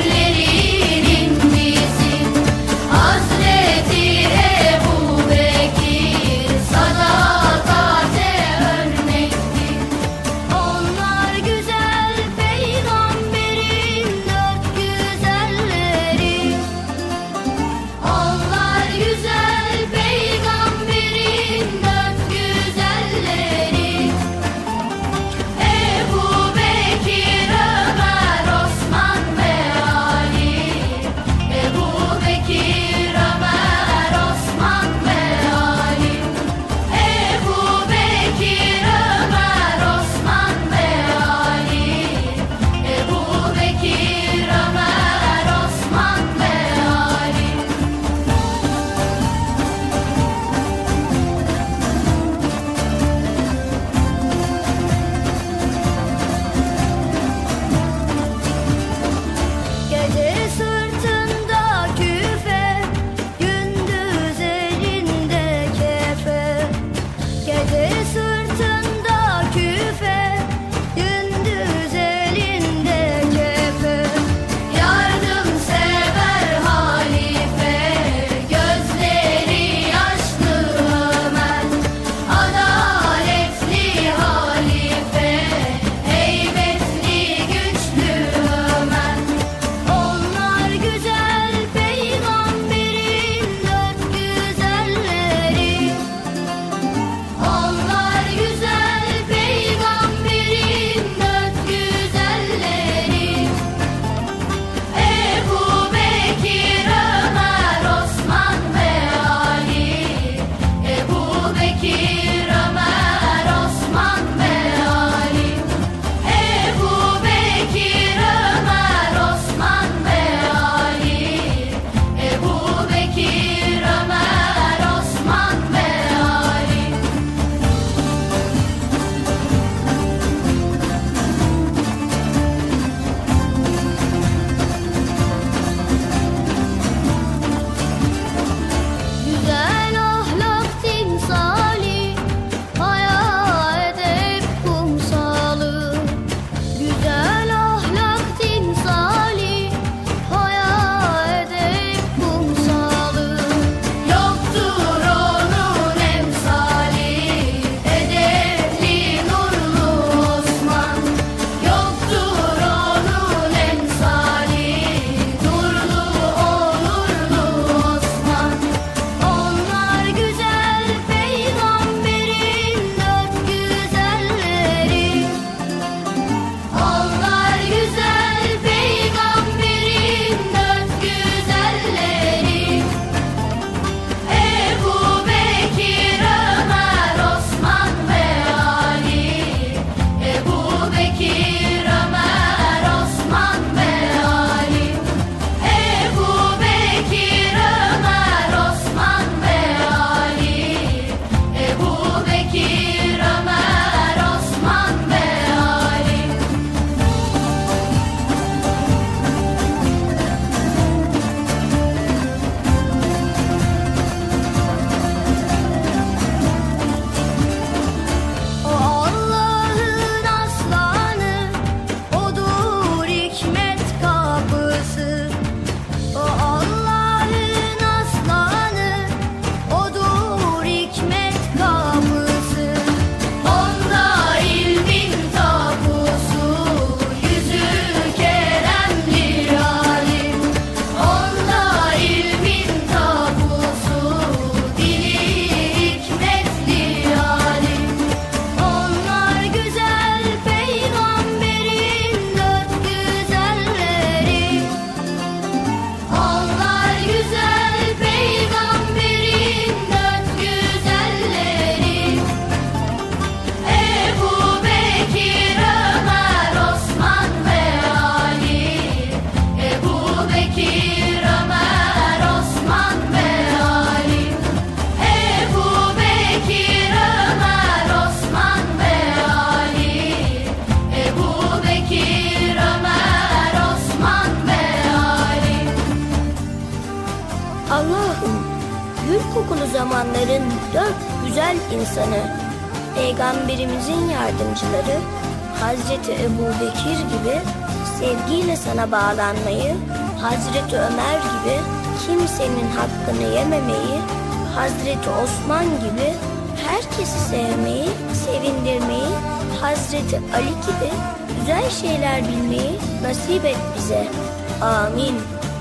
Allah'ım, gül kokulu zamanların dört güzel insanı, Peygamberimizin yardımcıları Hazreti Ebubekir gibi sevgiyle sana bağlanmayı, Hazreti Ömer gibi kimsenin hakkını yememeyi, Hazreti Osman gibi herkesi sevmeyi, sevindirmeyi, Hazreti Ali gibi güzel şeyler bilmeyi nasip et bize. Amin.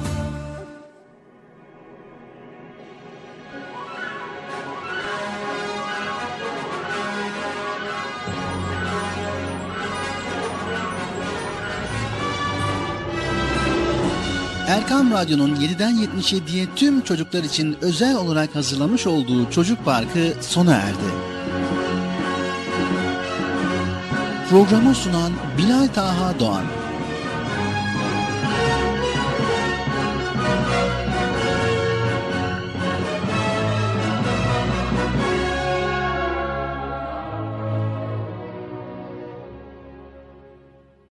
Erkam Radyo'nun 7'den 77'ye tüm çocuklar için özel olarak hazırlamış olduğu Çocuk Parkı sona erdi. Programı sunan Bilal Taha Doğan.